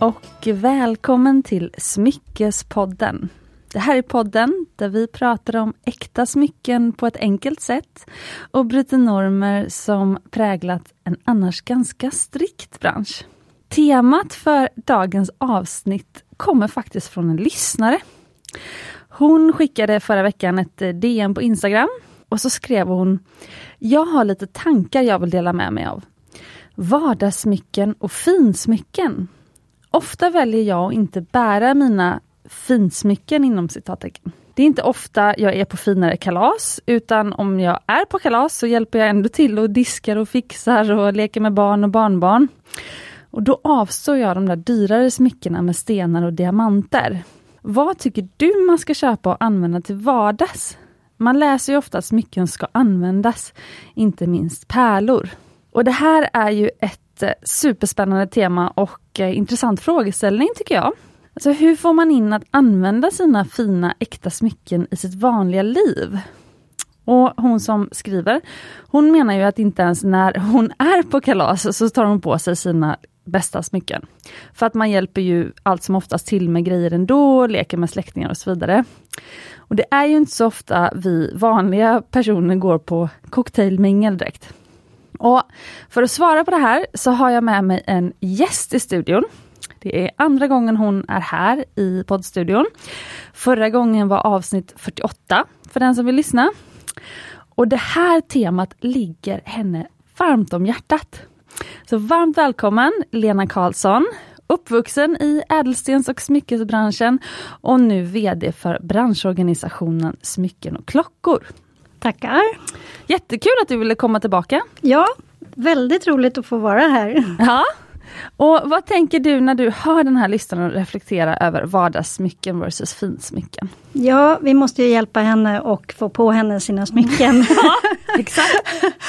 och välkommen till Smyckespodden. Det här är podden där vi pratar om äkta smycken på ett enkelt sätt och bryter normer som präglat en annars ganska strikt bransch. Temat för dagens avsnitt kommer faktiskt från en lyssnare. Hon skickade förra veckan ett DM på Instagram och så skrev hon: jag har lite tankar jag vill dela med mig av. Vardagssmycken och finsmycken. Ofta väljer jag att inte bära mina finsmycken inom citattecken. Det är inte ofta jag är på finare kalas, utan om jag är på kalas så hjälper jag ändå till och diskar och fixar och leker med barn och barnbarn. Och då avstår jag de där dyrare smyckena med stenar och diamanter. Vad tycker du man ska köpa och använda till vardags? Man läser ju ofta att smycken ska användas, inte minst pärlor. Och det här är ju ett superspännande tema och intressant frågeställning tycker jag. Alltså hur får man in att använda sina fina äkta smycken i sitt vanliga liv? Och hon som skriver, hon menar ju att inte ens när hon är på kalas så tar hon på sig sina bästa smycken. För att man hjälper ju allt som oftast till med grejer ändå, leker med släktingar och så vidare. Och det är ju inte så ofta vi vanliga personer går på cocktailmingel direkt. Och för att svara på det här så har jag med mig en gäst i studion. Det är andra gången hon är här i poddstudion. Förra gången var avsnitt 48 för den som vill lyssna. Och det här temat ligger henne varmt om hjärtat. Så varmt välkommen Lena Karlsson, uppvuxen i ädelstens- och smyckesbranschen och nu vd för branschorganisationen Smycken och klockor. Tackar. Jättekul att du ville komma tillbaka. Ja, väldigt roligt att få vara här. Ja, och vad tänker du när du hör den här listan och reflekterar över vardagssmycken versus finsmycken? Ja, vi måste ju hjälpa henne och få på henne sina smycken. Ja, exakt.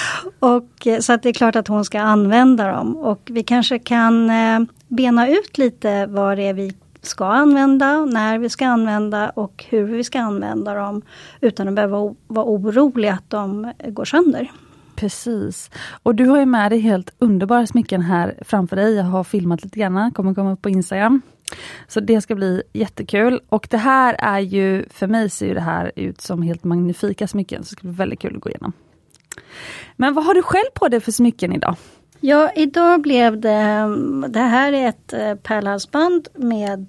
Och, så att det är klart att hon ska använda dem. Och vi kanske kan bena ut lite vad det är vi ska använda, när vi ska använda och hur vi ska använda dem utan att behöva vara orolig att de går sönder. Precis. Och du har ju med dig helt underbara smycken här framför dig. Jag har filmat lite grann, kommer komma upp på Instagram. Så det ska bli jättekul. Och det här är ju, för mig ser ju det här ut som helt magnifika smycken. Så det ska bli väldigt kul att gå igenom. Men vad har du själv på dig för smycken idag? Ja, idag blev det här är ett pärlhalsband med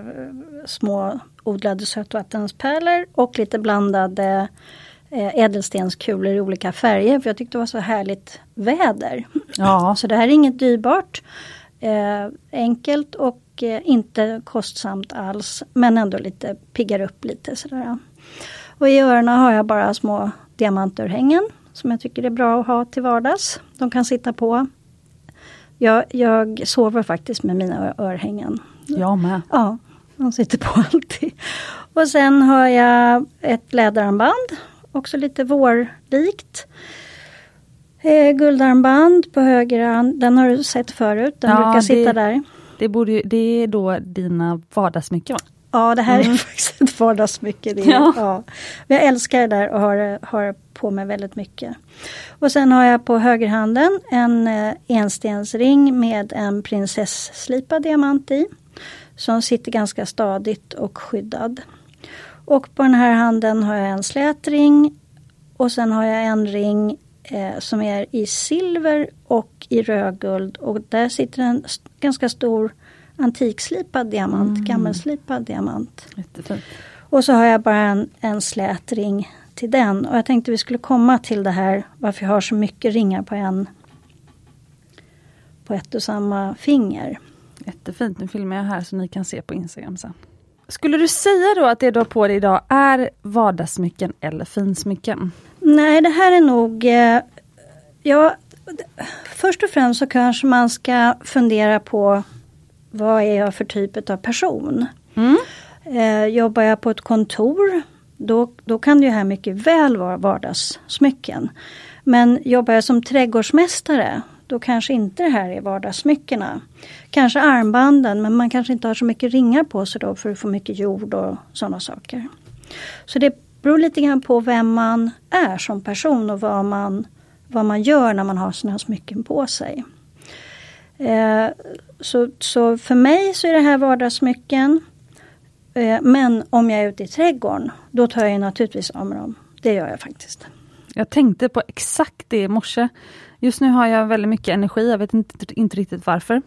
små odlade sötvattenspärlor och lite blandade ädelstenskulor i olika färger. För jag tyckte det var så härligt väder. Ja. Så det här är inget dyrbart, enkelt och inte kostsamt alls. Men ändå lite piggar upp lite sådär. Och i öronen har jag bara små diamantörhängen som jag tycker är bra att ha till vardags. De kan sitta på. Jag sover faktiskt med mina örhängen. Jag med. Ja, de sitter på alltid. Och sen har jag ett läderarmband. Också lite vårlikt. Guldarmband på höger hand. Den har du sett förut. Den brukar sitta där. Det är då dina vardagssmycken, va? Ja, det här är faktiskt ett vardagssmycke. Ja. Men jag älskar det där och har på mig väldigt mycket. Och sen har jag på högerhanden en enstensring med en prinsesslipad diamant i. Som sitter ganska stadigt och skyddad. Och på den här handen har jag en slätring. Och sen har jag en ring som är i silver och i rödguld. Och där sitter en ganska stor antikslipad diamant, gammelslipad diamant. Jättefint. Och så har jag bara en slätring till den. Och jag tänkte vi skulle komma till det här, varför jag har så mycket ringar på ett och samma finger. Jättefint, nu filmar jag här så ni kan se på Instagram sen. Skulle du säga då att det du har på dig idag är vardagssmycken eller finsmycken? Nej, det här är nog... först och främst så kanske man ska fundera på vad är jag för typ av person. Jobbar jag på ett kontor, då kan det ju här mycket väl vara vardagssmycken. Men jobbar jag som trädgårdsmästare, då kanske inte det här är vardagssmyckena. Kanske armbanden, men man kanske inte har så mycket ringar på sig då för att få mycket jord och sådana saker. Så det beror lite grann på vem man är som person och vad man gör när man har sådana här smycken på sig. Så för mig så är det här vardagssmycken. Men om jag är ute i trädgården, då tar jag naturligtvis av med dem. Det gör jag faktiskt. Jag tänkte på exakt det i morse. Just nu har jag väldigt mycket energi, jag vet inte riktigt varför.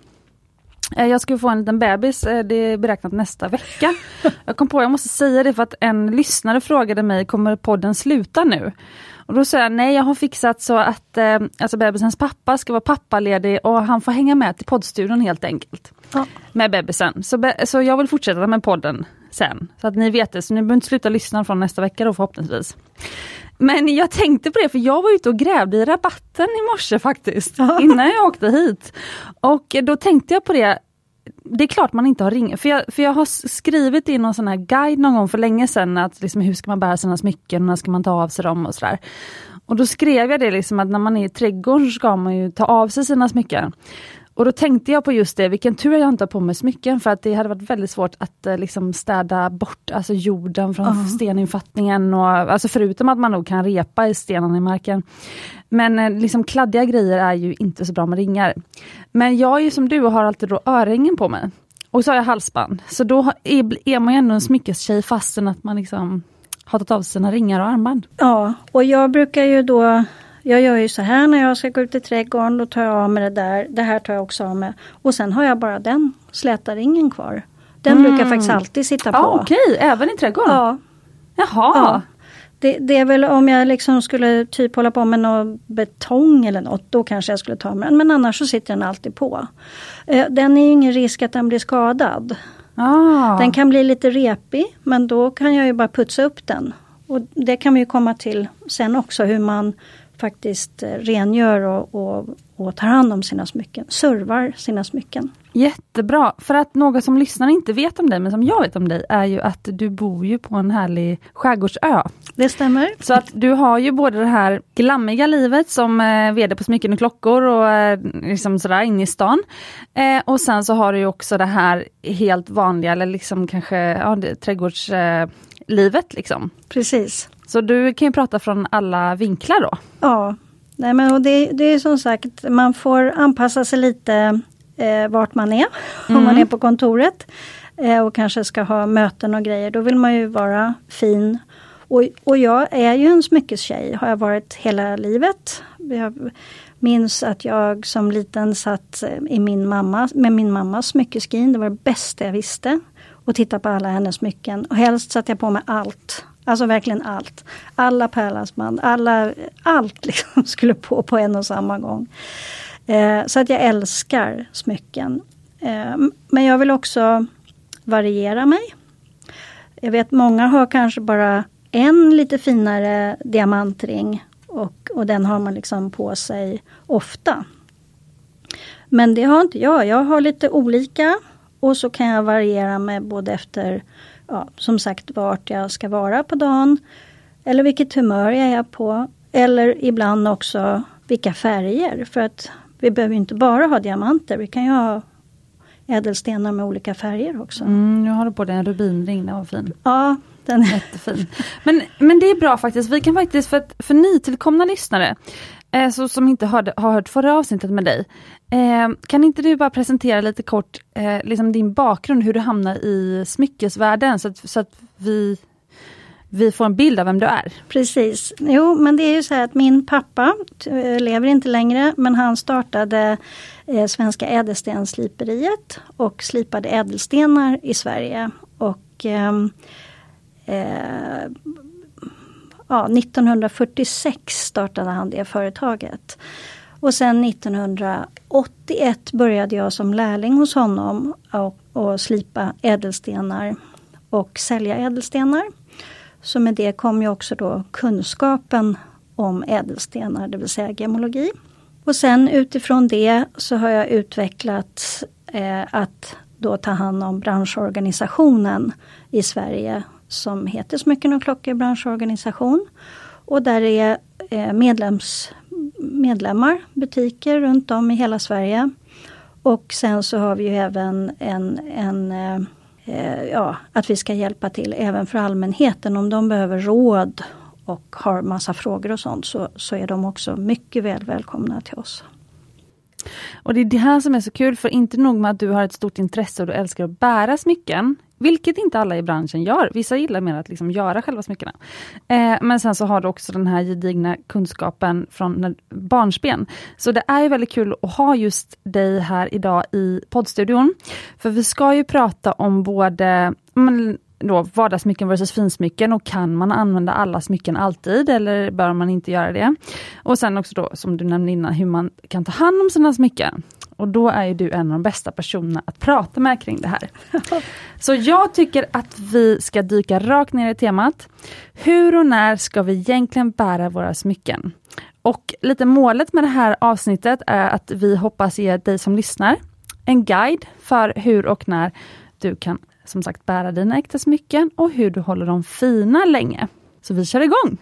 Jag ska få en liten bebis, det är beräknat nästa vecka. Jag måste säga det för att en lyssnare frågade mig, kommer podden sluta nu? Och då säger jag, nej, jag har fixat så att bebisens pappa ska vara pappaledig och han får hänga med till poddstudion helt enkelt. Ja. Med bebisen. Så jag vill fortsätta med podden sen. Så att ni vet det, så ni behöver inte sluta lyssna från nästa vecka då förhoppningsvis. Men jag tänkte på det, för jag var ute och grävde i rabatten i morse faktiskt. Innan jag åkte hit. Och då tänkte jag på det. Det är klart man inte har ringt. För jag har skrivit in någon sån här guide någon gång för länge sedan. Att liksom, hur ska man bära sina smycken? När ska man ta av sig dem och sådär. Och då skrev jag det liksom att när man är i trädgården så ska man ju ta av sig sina smycken. Och då tänkte jag på just det, vilken tur jag inte har på mig smycken, för att det hade varit väldigt svårt att liksom städa bort alltså jorden från steninfattningen, och, alltså förutom att man nog kan repa i stenen i marken. Men liksom kladdiga grejer är ju inte så bra med ringar. Men jag är ju som du och har alltid då örhängen på mig. Och så har jag halsband. Så då är man ju ändå en smyckestjej fastän att man liksom har tagit av sina ringar och armband. Ja, och jag brukar ju då... Jag gör ju så här när jag ska gå ut i trädgården, då tar jag av med det där. Det här tar jag också av med. Och sen har jag bara den släta ringen kvar. Den brukar jag faktiskt alltid sitta på. Okej, även i trädgården? Ja. Jaha. Ja. Det är väl om jag liksom skulle typ hålla på med någon betong eller något, då kanske jag skulle ta med den. Men annars så sitter den alltid på. Den är ju ingen risk att den blir skadad. Den kan bli lite repig, men då kan jag ju bara putsa upp den. Och det kan vi ju komma till sen också, hur man faktiskt rengör och tar hand om sina smycken. Servar sina smycken. Jättebra. För att något som lyssnarna inte vet om dig, men som jag vet om dig, är ju att du bor ju på en härlig skärgårdsö. Det stämmer. Så att du har ju både det här glammiga livet som vd på smycken och klockor och liksom sådär inne i stan. Och sen så har du ju också det här helt vanliga, eller liksom kanske trädgårdslivet liksom. Precis. Så du kan ju prata från alla vinklar då. Ja, nej, men och det är som sagt, man får anpassa sig lite vart man är. Om man är på kontoret och kanske ska ha möten och grejer. Då vill man ju vara fin. Och jag är ju en smyckestjej, har jag varit hela livet. Jag minns att jag som liten satt med min mammas smyckeskrin. Det var det bästa jag visste. Och titta på alla hennes smycken. Och helst satte jag på mig allt. Alltså verkligen allt. Alla pärlhalsband. Allt liksom skulle på en och samma gång. Så att jag älskar smycken. Men jag vill också variera mig. Jag vet många har kanske bara en lite finare diamantring. Och den har man liksom på sig ofta. Men det har inte jag. Jag har lite olika. Och så kan jag variera mig både efter, som sagt, vart jag ska vara på dagen. Eller vilket humör jag är på. Eller ibland också vilka färger. För att vi behöver inte bara ha diamanter. Vi kan ju ha ädelstenar med olika färger också. Nu har du på dig en rubinring, den var fin. Ja, den är jättefin. Men det är bra faktiskt. Vi kan faktiskt, för nytillkomna lyssnare som inte har hört förra avsnittet med dig. Kan inte du bara presentera lite kort liksom din bakgrund, hur du hamnar i smyckesvärlden så att vi får en bild av vem du är. Precis. Jo, men det är ju så här att min pappa lever inte längre, men han startade Svenska ädelstensliperiet och slipade ädelstenar i Sverige. Och 1946 startade han det företaget. Och sen 1981 började jag som lärling hos honom och slipa ädelstenar och sälja ädelstenar. Så med det kom ju också då kunskapen om ädelstenar, det vill säga gemologi. Och sen utifrån det så har jag utvecklat att då ta hand om branschorganisationen i Sverige som heter Smycken och klockor branschorganisation. Och där är medlemmar, butiker runt om i hela Sverige. Och sen så har vi ju även att vi ska hjälpa till även för allmänheten. Om de behöver råd och har massa frågor och sånt så är de också mycket välkomna till oss. Och det är det här som är så kul, för inte nog med att du har ett stort intresse och du älskar att bära smycken, vilket inte alla i branschen gör. Vissa gillar mer att liksom göra själva smyckena. Men sen så har du också den här gedigna kunskapen från barnsben. Så det är ju väldigt kul att ha just dig här idag i poddstudion. För vi ska ju prata om både då vardagssmycken versus finsmycken, och kan man använda alla smycken alltid eller bör man inte göra det? Och sen också då, som du nämnde innan, hur man kan ta hand om sina smycken. Och då är ju du en av de bästa personerna att prata med kring det här. Så jag tycker att vi ska dyka rakt ner i temat. Hur och när ska vi egentligen bära våra smycken? Och lite målet med det här avsnittet är att vi hoppas ge dig som lyssnar en guide för hur och när du kan som sagt bära dina äkta smycken och hur du håller dem fina länge. Så vi kör igång!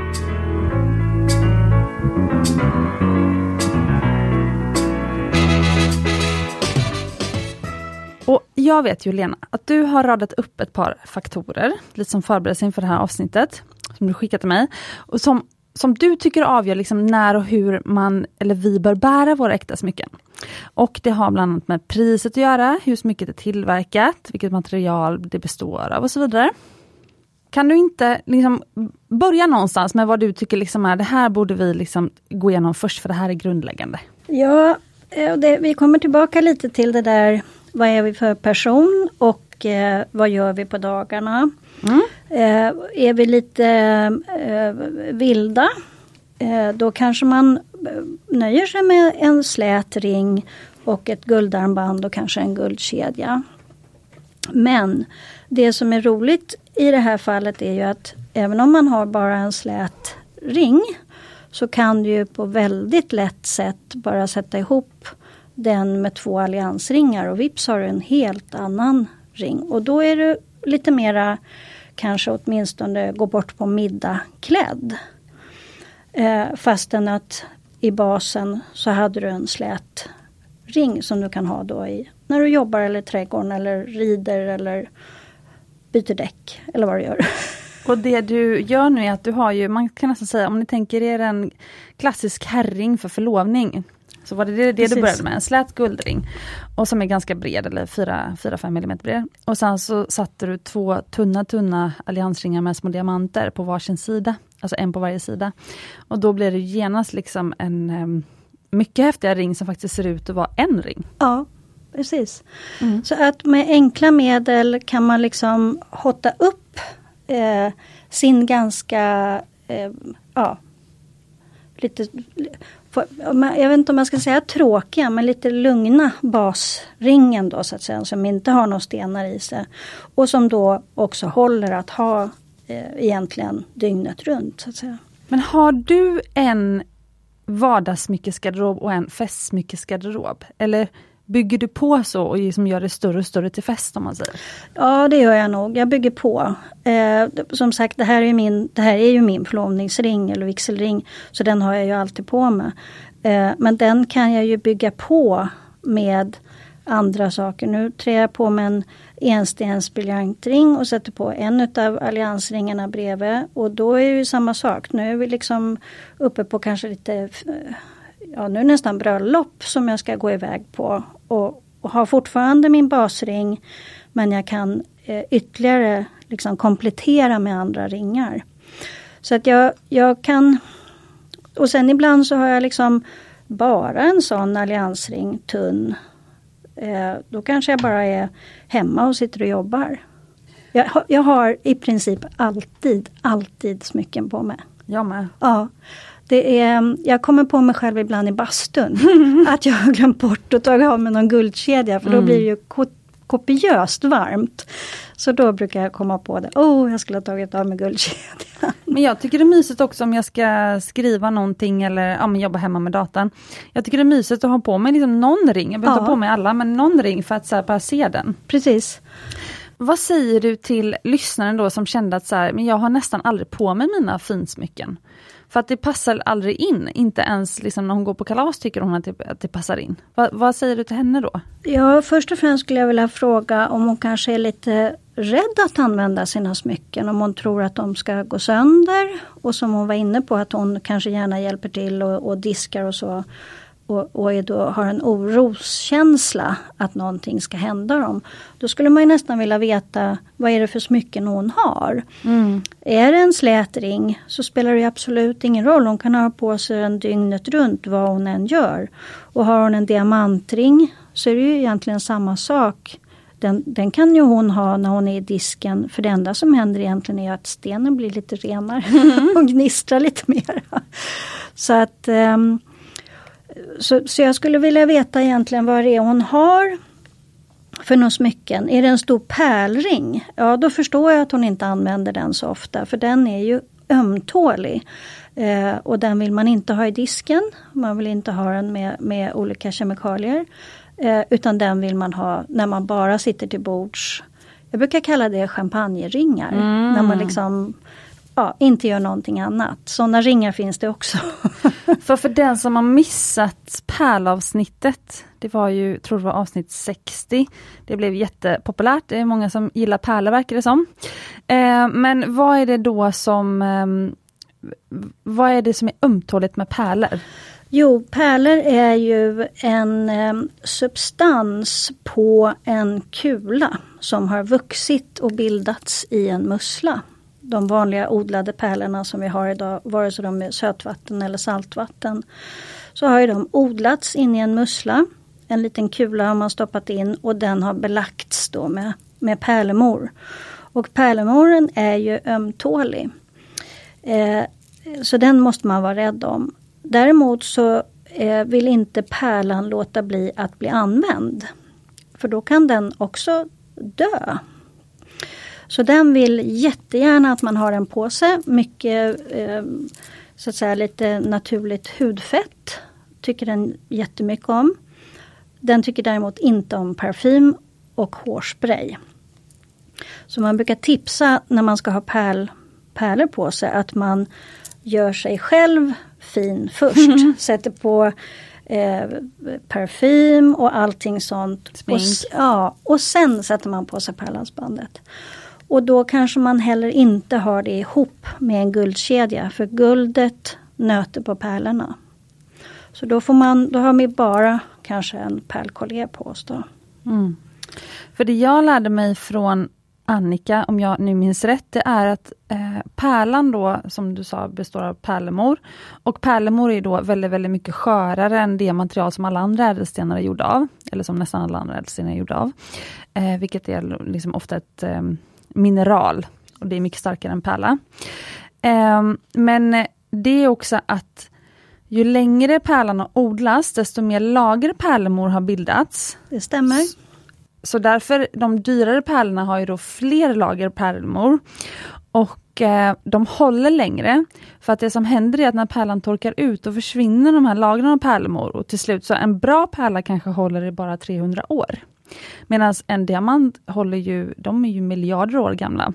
Och jag vet ju, Lena, att du har radat upp ett par faktorer, lite som förberedelse inför det här avsnittet, som du skickat till mig, och som du tycker avgör liksom när och hur man eller vi bör bära våra äkta smycken. Och det har bland annat med priset att göra, hur smycket är tillverkat, vilket material det består av och så vidare. Kan du inte liksom börja någonstans med vad du tycker liksom är, det här borde vi liksom gå igenom först, för det här är grundläggande? Ja, vi kommer tillbaka lite till det där, vad är vi för person och vad gör vi på dagarna? Är vi lite vilda, då kanske man nöjer sig med en slät ring och ett guldarmband och kanske en guldkedja. Men det som är roligt i det här fallet är ju att även om man har bara en slät ring, så kan du ju på väldigt lätt sätt bara sätta ihop den med 2 alliansringar, och vips har du en helt annan ring. Och då är du lite mera, kanske åtminstone gå bort på middag klädd. Fastän att i basen så hade du en slät ring som du kan ha då när du jobbar eller i trädgården eller rider eller byter däck eller vad du gör. Och det du gör nu är att du har ju, man kan nästan säga, om ni tänker er en klassisk herring för förlovning, så var det du började med, en slät guldring, och som är ganska bred, eller 4-5 mm bred. Och sen så satte du 2 tunna alliansringar med små diamanter på varsin sida, alltså en på varje sida. Och då blir det genast liksom en mycket häftigare ring som faktiskt ser ut att vara en ring. Ja, precis. Så att med enkla medel kan man liksom hotta upp sin ganska, lite, jag vet inte om jag ska säga tråkiga, men lite lugna basringen då, så att säga, som inte har några stenar i sig. Och som då också håller att ha egentligen dygnet runt, så att säga. Men har du en vardagssmyckesgarderob och en festsmyckesgarderob? Eller bygger du på så och liksom gör det större och större till fest, om man säger? Ja, det gör jag nog. Jag bygger på. Som sagt, det här är ju min förlovningsring eller vigselring. Så den har jag ju alltid på mig. Men den kan jag ju bygga på med andra saker. Nu trär jag på med en enstens briljantring och sätter på en av alliansringarna bredvid. Och då är det ju samma sak. Nu är vi liksom uppe på kanske lite... Ja, nu är det nästan bröllop som jag ska gå iväg på. Och har fortfarande min basring. Men jag kan ytterligare liksom komplettera med andra ringar. Så att jag kan... Och sen ibland så har jag liksom bara en sån alliansring tunn. Då kanske jag bara är hemma och sitter och jobbar. Jag har i princip alltid smycken på mig. Jag med. Ja. Jag kommer på mig själv ibland i bastun att jag har glömt bort att ta av med någon guldkedja, för då blir det ju kopiöst varmt. Så då brukar jag komma på det. Jag skulle ha tagit av med guldkedjan. Men jag tycker det är mysigt också om jag ska skriva någonting eller jobba hemma med datan. Jag tycker det är mysigt att ha på mig liksom någon ring. Jag behöver inte ha på mig alla, men någon ring för att så här, bara se den. Precis. Vad säger du till lyssnaren då som kände att så här, men jag har nästan aldrig på mig mina finsmycken? För att det passar aldrig in. Inte ens liksom, när hon går på kalas tycker hon att det passar in. Vad säger du till henne då? Ja, först och främst skulle jag vilja fråga om hon kanske är lite rädd att använda sina smycken. Om hon tror att de ska gå sönder. Och som hon var inne på, att hon kanske gärna hjälper till och diskar och så och då har en oroskänsla att någonting ska hända dem. Då skulle man ju nästan vilja veta vad är det för smycken hon har. Är det en slät ring så spelar det absolut ingen roll. Hon kan ha på sig den dygnet runt vad hon än gör. Och har hon en diamantring så är det ju egentligen samma sak. Den kan ju hon ha när hon är i disken. För det enda som händer egentligen är att stenen blir lite renare och gnistrar lite mer. Så att... Så jag skulle vilja veta egentligen vad det är hon har för några smycken. Är det en stor pärlring? Ja, då förstår jag att hon inte använder den så ofta. För den är ju ömtålig. Och den vill man inte ha i disken. Man vill inte ha den med olika kemikalier. Utan den vill man ha när man bara sitter till bords. Jag brukar kalla det champagneringar. När man liksom... Ja, inte gör någonting annat. Sådana ringar finns det också. För den som har missat pärlavsnittet, det var ju, tror det var avsnitt 60. Det blev jättepopulärt. Det är många som gillar pärlor, verkar det som. Men vad är det då som... vad är det som är ömtåligt med pärlor? Jo, pärlor är ju en substans på en kula som har vuxit och bildats i en mussla. De vanliga odlade pärlorna som vi har idag, vare sig de är sötvatten eller saltvatten, så har ju de odlats in i en mussla. En liten kula har man stoppat in och den har belagts då med pärlemor. Och pärlemoren är ju ömtålig. Så den måste man vara rädd om. Däremot så vill inte pärlan låta bli att bli använd. För då kan den också dö. Så den vill jättegärna att man har den på sig. Mycket så att säga lite naturligt hudfett tycker den jättemycket om. Den tycker däremot inte om parfym och hårspray. Så man brukar tipsa när man ska ha pärlor på sig att man gör sig själv fin först. Sätter på parfym och allting sånt. Och sen sätter man på sig pärlhalsbandet. Och då kanske man heller inte har det ihop med en guldkedja. För guldet nöter på pärlorna. Så då har vi bara kanske en pärlkollier på oss då. För det jag lärde mig från Annika, om jag nu minns rätt, det är att pärlan då, som du sa, består av pärlemor. Och pärlemor är då väldigt, väldigt mycket skörare än det material som alla andra ädelstenar är gjorda av. Eller som nästan alla andra ädelstenar är gjorda av. Vilket är liksom ofta ett mineral. Och det är mycket starkare än pärla. Men det är också att ju längre pärlan har odlats, desto mer lager pärlemor har bildats. Det stämmer. Så därför, de dyrare pärlorna har ju då fler lager pärlemor. Och de håller längre. För att det som händer är att när pärlan torkar ut, då försvinner de här lagren av pärlemor. Och till slut, så en bra pärla kanske håller i bara 300 år. Medan en diamant de är ju miljarder år gamla.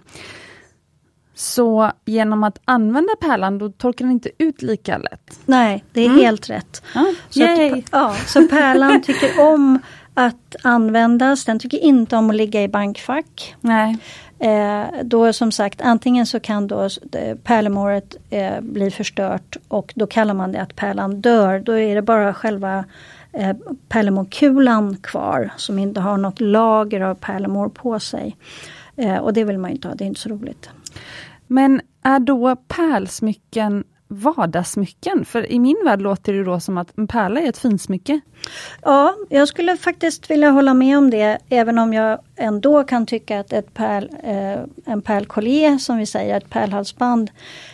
Så genom att använda pärlan, då torkar den inte ut lika lätt. Nej, det är helt rätt. Så pärlan tycker om att användas. Den tycker inte om att ligga i bankfack. Nej. Då som sagt, antingen så kan då pärlemoret bli förstört och då kallar man det att pärlan dör. Då är det bara själva pärlemorkulan kvar som inte har något lager av pärlemor på sig. Och det vill man ju inte ha, det är inte så roligt. Men är då pärlsmycken vardagssmycken? För i min värld låter det då som att en pärla är ett finsmycke. Ja, jag skulle faktiskt vilja hålla med om det. Även om jag ändå kan tycka att en pärlkollier, som vi säger, ett pärlhalsband,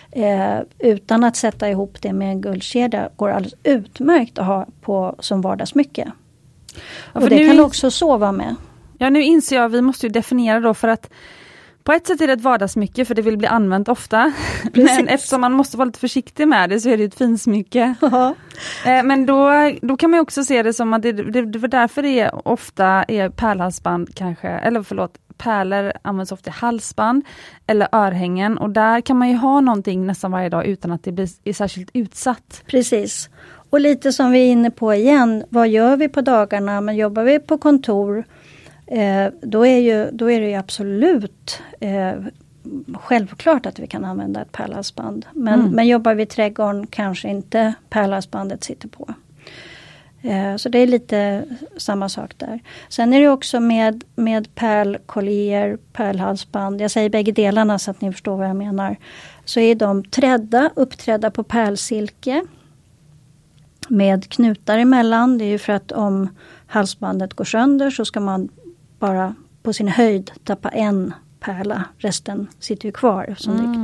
utan att sätta ihop det med en guldkedja, går alldeles utmärkt att ha på som vardagsmycke. Ja, och det kan du också sova med. Ja, nu inser jag, vi måste ju definiera då, för att på ett sätt är det ett vardagsmycke för det vill bli använt ofta. Precis. Men eftersom man måste vara lite försiktig med det så är det ett finsmycke. Men då kan man också se det som att det var därför det ofta är pärlhalsband kanske, pärlor används ofta i halsband eller örhängen. Och där kan man ju ha någonting nästan varje dag utan att det blir särskilt utsatt. Precis. Och lite som vi är inne på igen, vad gör vi på dagarna? Men jobbar vi på kontor, då är det ju absolut självklart att vi kan använda ett pärlhalsband. Men jobbar vi i trädgården kanske inte pärlhalsbandet sitter på. Så det är lite samma sak där. Sen är det också med pärlkollier, pärlhalsband. Jag säger bägge delarna så att ni förstår vad jag menar. Så är de uppträdda på pärlsilke. Med knutar emellan. Det är ju för att om halsbandet går sönder så ska man bara på sin höjd tappa en pärla. Resten sitter ju kvar.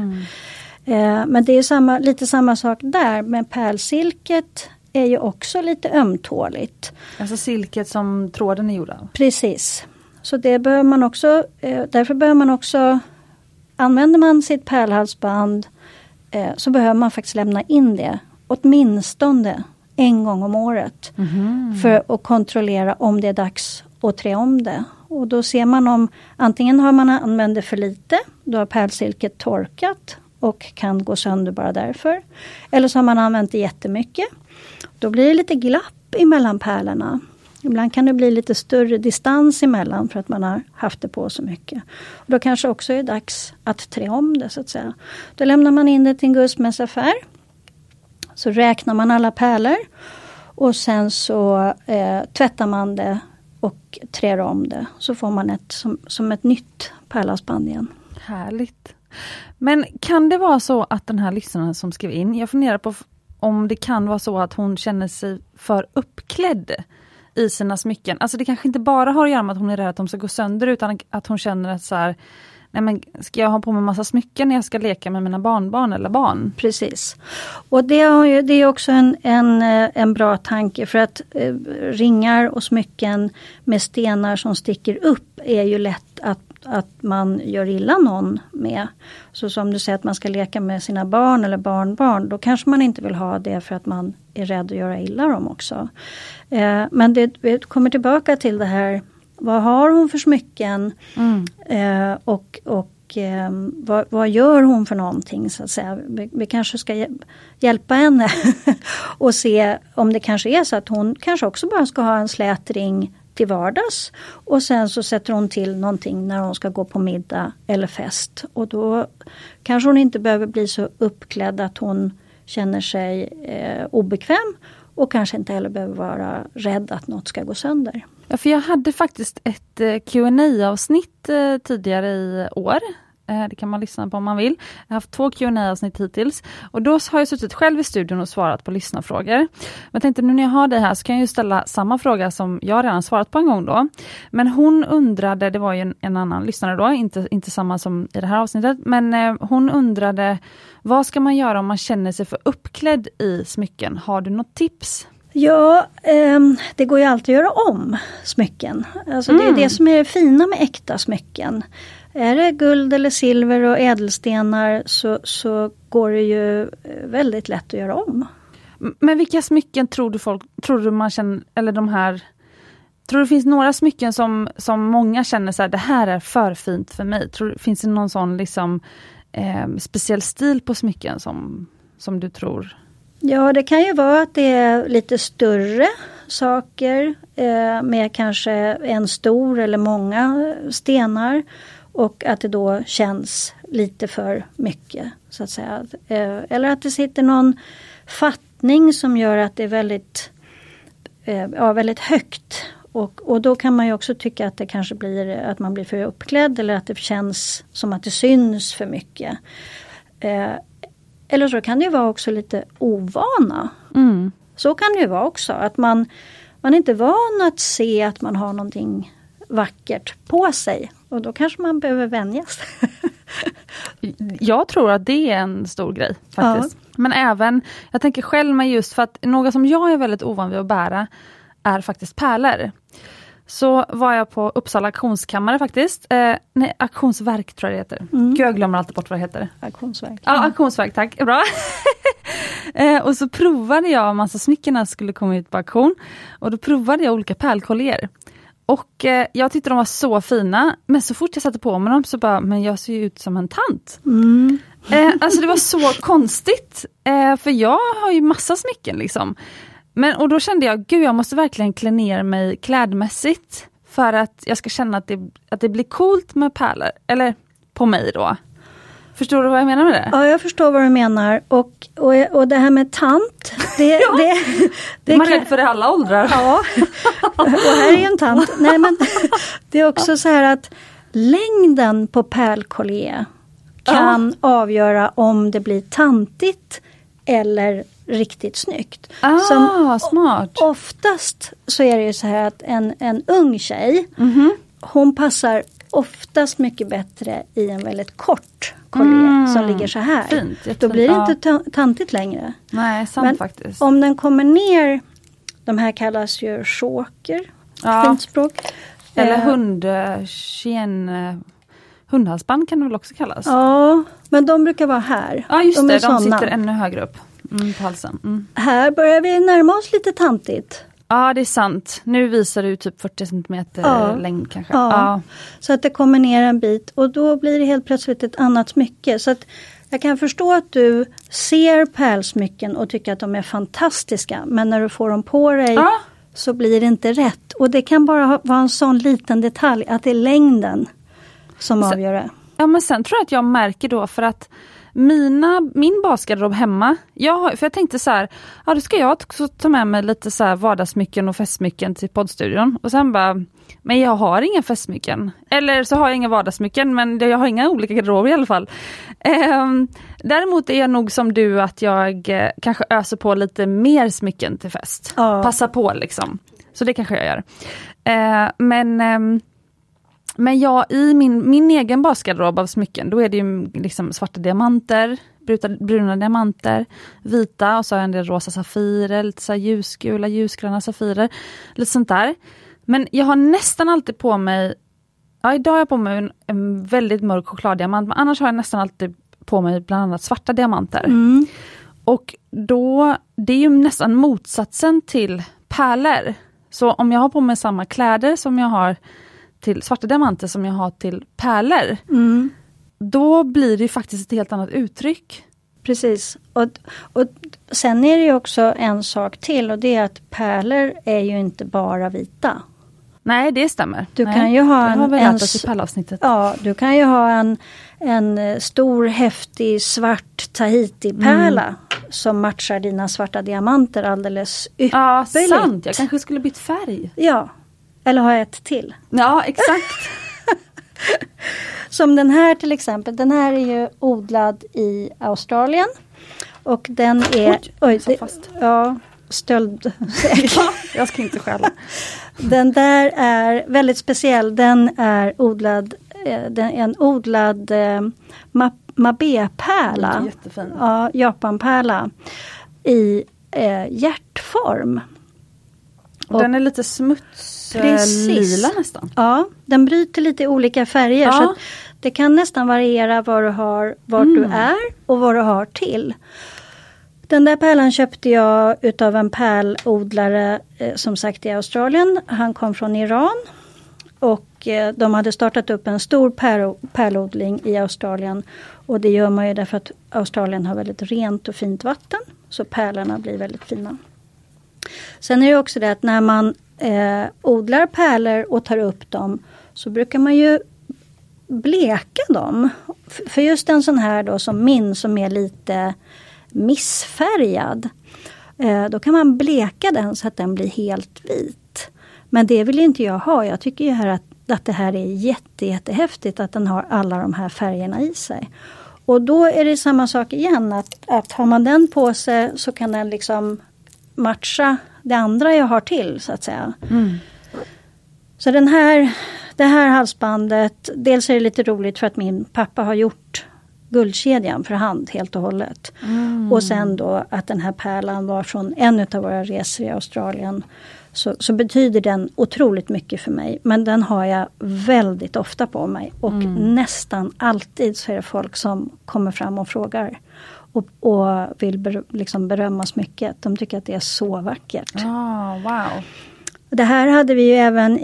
Men det är lite samma sak där. Men pärlsilket är ju också lite ömtåligt. Alltså silket som tråden är gjord av? Precis. Så det behöver man också, därför behöver man också, använder man sitt pärlhalsband så behöver man faktiskt lämna in det åtminstone en gång om året. För att kontrollera om det är dags att trä om det. Och då ser man om antingen har man använt det för lite, då har pärlsilket torkat och kan gå sönder bara därför. Eller så har man använt det jättemycket. Då blir det lite glapp emellan pärlorna. Ibland kan det bli lite större distans emellan för att man har haft det på så mycket. Och då kanske också är dags att trä om det så att säga. Då lämnar man in det till en guldsmedsaffär. Så räknar man alla pärlor. Och sen så tvättar man det och trär om det. Så får man som ett nytt pärlhalsband igen. Härligt. Men kan det vara så att den här lyssnaren som skrev in, jag funderar på om det kan vara så att hon känner sig för uppklädd i sina smycken. Alltså det kanske inte bara har att göra med att hon är rädd att de ska gå sönder, utan att hon känner att så här, nej men ska jag ha på mig massa smycken när jag ska leka med mina barnbarn eller barn? Precis. Och det är också en bra tanke, för att ringar och smycken med stenar som sticker upp är ju lätt att man gör illa någon med. Så som du säger att man ska leka med sina barn eller barnbarn, då kanske man inte vill ha det för att man är rädd att göra illa dem också. Men det kommer tillbaka till det här, vad har hon för smycken och vad gör hon för någonting så att säga. Vi kanske ska hjälpa henne och se om det kanske är så att hon kanske också bara ska ha en slät ring till vardags och sen så sätter hon till någonting när hon ska gå på middag eller fest, och då kanske hon inte behöver bli så uppklädd att hon känner sig obekväm och kanske inte heller behöver vara rädd att något ska gå sönder. Ja, för jag hade faktiskt ett Q&A-avsnitt tidigare i år. Det kan man lyssna på om man vill. Jag har haft 2 Q&A-avsnitt hittills. Och då har jag suttit själv i studion och svarat på lyssnarfrågor. Men jag tänkte nu när jag har det här så kan jag ju ställa samma fråga som jag redan svarat på en gång då. Men hon undrade, det var ju en annan lyssnare då, inte samma som i det här avsnittet. Men hon undrade, vad ska man göra om man känner sig för uppklädd i smycken? Har du något tips? Ja, det går ju alltid att göra om smycken. Alltså det är det som är det fina med äkta smycken. Är det guld eller silver och ädelstenar så går det ju väldigt lätt att göra om. Men vilka smycken tror du man känner, eller de här, tror du det finns några smycken som många känner så här, det här är för fint för mig? Finns det någon sån liksom speciell stil på smycken som du tror? Ja, det kan ju vara att det är lite större saker med kanske en stor eller många stenar. Och att det då känns lite för mycket så att säga. Eller att det sitter någon fattning som gör att det är väldigt högt. Och då kan man ju också tycka att det kanske blir att man blir för uppklädd. Eller att det känns som att det syns för mycket. Eller så kan det ju vara också lite ovana. Så kan det ju vara också. Att man är inte van att se att man har någonting vackert på sig. Och då kanske man behöver vänjas. Jag tror att det är en stor grej faktiskt. Ja. Men även, jag tänker själv med just för att något som jag är väldigt ovan vid att bära är faktiskt pärlor. Så var jag på Uppsala auktionskammare faktiskt. Nej, auktionsverk tror jag det heter. Gud, jag glömmer alltid bort vad det heter. Auktionsverk. Ja, auktionsverk, tack. Bra. Och så provade jag massa smycken skulle komma ut på auktion. Och då provade jag olika pärlkollier. Och jag tyckte de var så fina. Men så fort jag satte på mig dem så bara, men jag ser ju ut som en tant. Alltså det var så konstigt. För jag har ju massa smycken liksom. Och då kände jag, gud jag måste verkligen klä ner mig klädmässigt. För att jag ska känna att det blir coolt med pärlor. Eller på mig då. Förstår du vad jag menar med det? Ja, jag förstår vad du menar. Och det här med tant. Det man är rädd för i alla åldrar. Ja, och här är ju en tant. Nej, men det är också så här att längden på pärlkollier kan avgöra om det blir tantigt eller riktigt snyggt. Smart. Oftast så är det ju så här att en ung tjej, hon passar oftast mycket bättre i en väldigt kort collier som ligger så här. Fint, då blir det inte tantigt längre. Nej, sant. Men faktiskt. Om den kommer ner, de här kallas ju choker, fint språk. Eller hundhalsband kan det väl också kallas. Ja, men de brukar vara här. Ja, just de sitter ännu högre upp på halsen. Här börjar vi närma oss lite tantigt. Ja, det är sant. Nu visar det ju typ 40 centimeter längd kanske. Ja. Så att det kommer ner en bit och då blir det helt plötsligt ett annat smycke. Så att jag kan förstå att du ser pärlsmycken och tycker att de är fantastiska. Men när du får dem på dig så blir det inte rätt. Och det kan bara vara en sån liten detalj att det är längden som avgör det. Ja, men sen tror jag att jag märker då för att min basgarderob hemma, för jag tänkte så här, då ska jag också ta med mig lite så här vardagssmycken och festmycken till poddstudion. Och sen bara, men jag har inga festmycken. Eller så har jag inga vardagssmycken, men jag har inga olika garderober i alla fall. Däremot är jag nog som du att jag kanske öser på lite mer smycken till fest. Passa på liksom. Så det kanske jag gör. Men i min egen basgarderob av smycken, då är det ju liksom svarta diamanter, bruna diamanter, vita och så har jag en del rosa safirer, lite så här ljusgula, ljusgröna safirer, lite sånt där. Men jag har nästan alltid på mig, idag har jag på mig en väldigt mörk chokladdiamant, men annars har jag nästan alltid på mig bland annat svarta diamanter. Och då, det är ju nästan motsatsen till pärlor. Så om jag har på mig samma kläder som jag har till svarta diamanter som jag har till pärlor, då blir det ju faktiskt ett helt annat uttryck. Precis. Och sen är det ju också en sak till, och det är att pärlor är ju inte bara vita. Nej, det stämmer. Du kan ju ha du kan ju ha en stor häftig svart Tahiti-pärla som matchar dina svarta diamanter alldeles ypperligt. Ja, sant. Jag kanske skulle bytt färg. Ja. Eller ha ett till. Ja, exakt. Som den här till exempel. Den här är ju odlad i Australien. Och den är... stöldsäker. Jag ska inte stjäla. Den där är väldigt speciell. Den är odlad... en odlad Mabe-pärla. Jättefin. Ja, Japanpärla. I hjärtform. Och den är lite lila nästan. Ja, den bryter lite olika färger. Ja. Så det kan nästan variera var du har, vart du är och vad du har till. Den där pärlan köpte jag utav en pärlodlare som sagt i Australien. Han kom från Iran. Och de hade startat upp en stor pärlodling i Australien. Och det gör man ju därför att Australien har väldigt rent och fint vatten. Så pärlorna blir väldigt fina. Sen är det också det att när man odlar pärlor och tar upp dem så brukar man ju bleka dem. För just en sån här då som min som är lite missfärgad. Då kan man bleka den så att den blir helt vit. Men det vill inte jag ha. Jag tycker ju här att det här är jättehäftigt att den har alla de här färgerna i sig. Och då är det samma sak igen. Att har man den på sig så kan den liksom matcha det andra jag har till så att säga. Så det här halsbandet, dels är det lite roligt för att min pappa har gjort guldkedjan för hand helt och hållet. Och sen då att den här pärlan var från en av våra resor i Australien. Så betyder den otroligt mycket för mig. Men den har jag väldigt ofta på mig. Och nästan alltid så är det folk som kommer fram och frågar. Och vill liksom berömma smycket. De tycker att det är så vackert. Wow. Det här hade vi ju även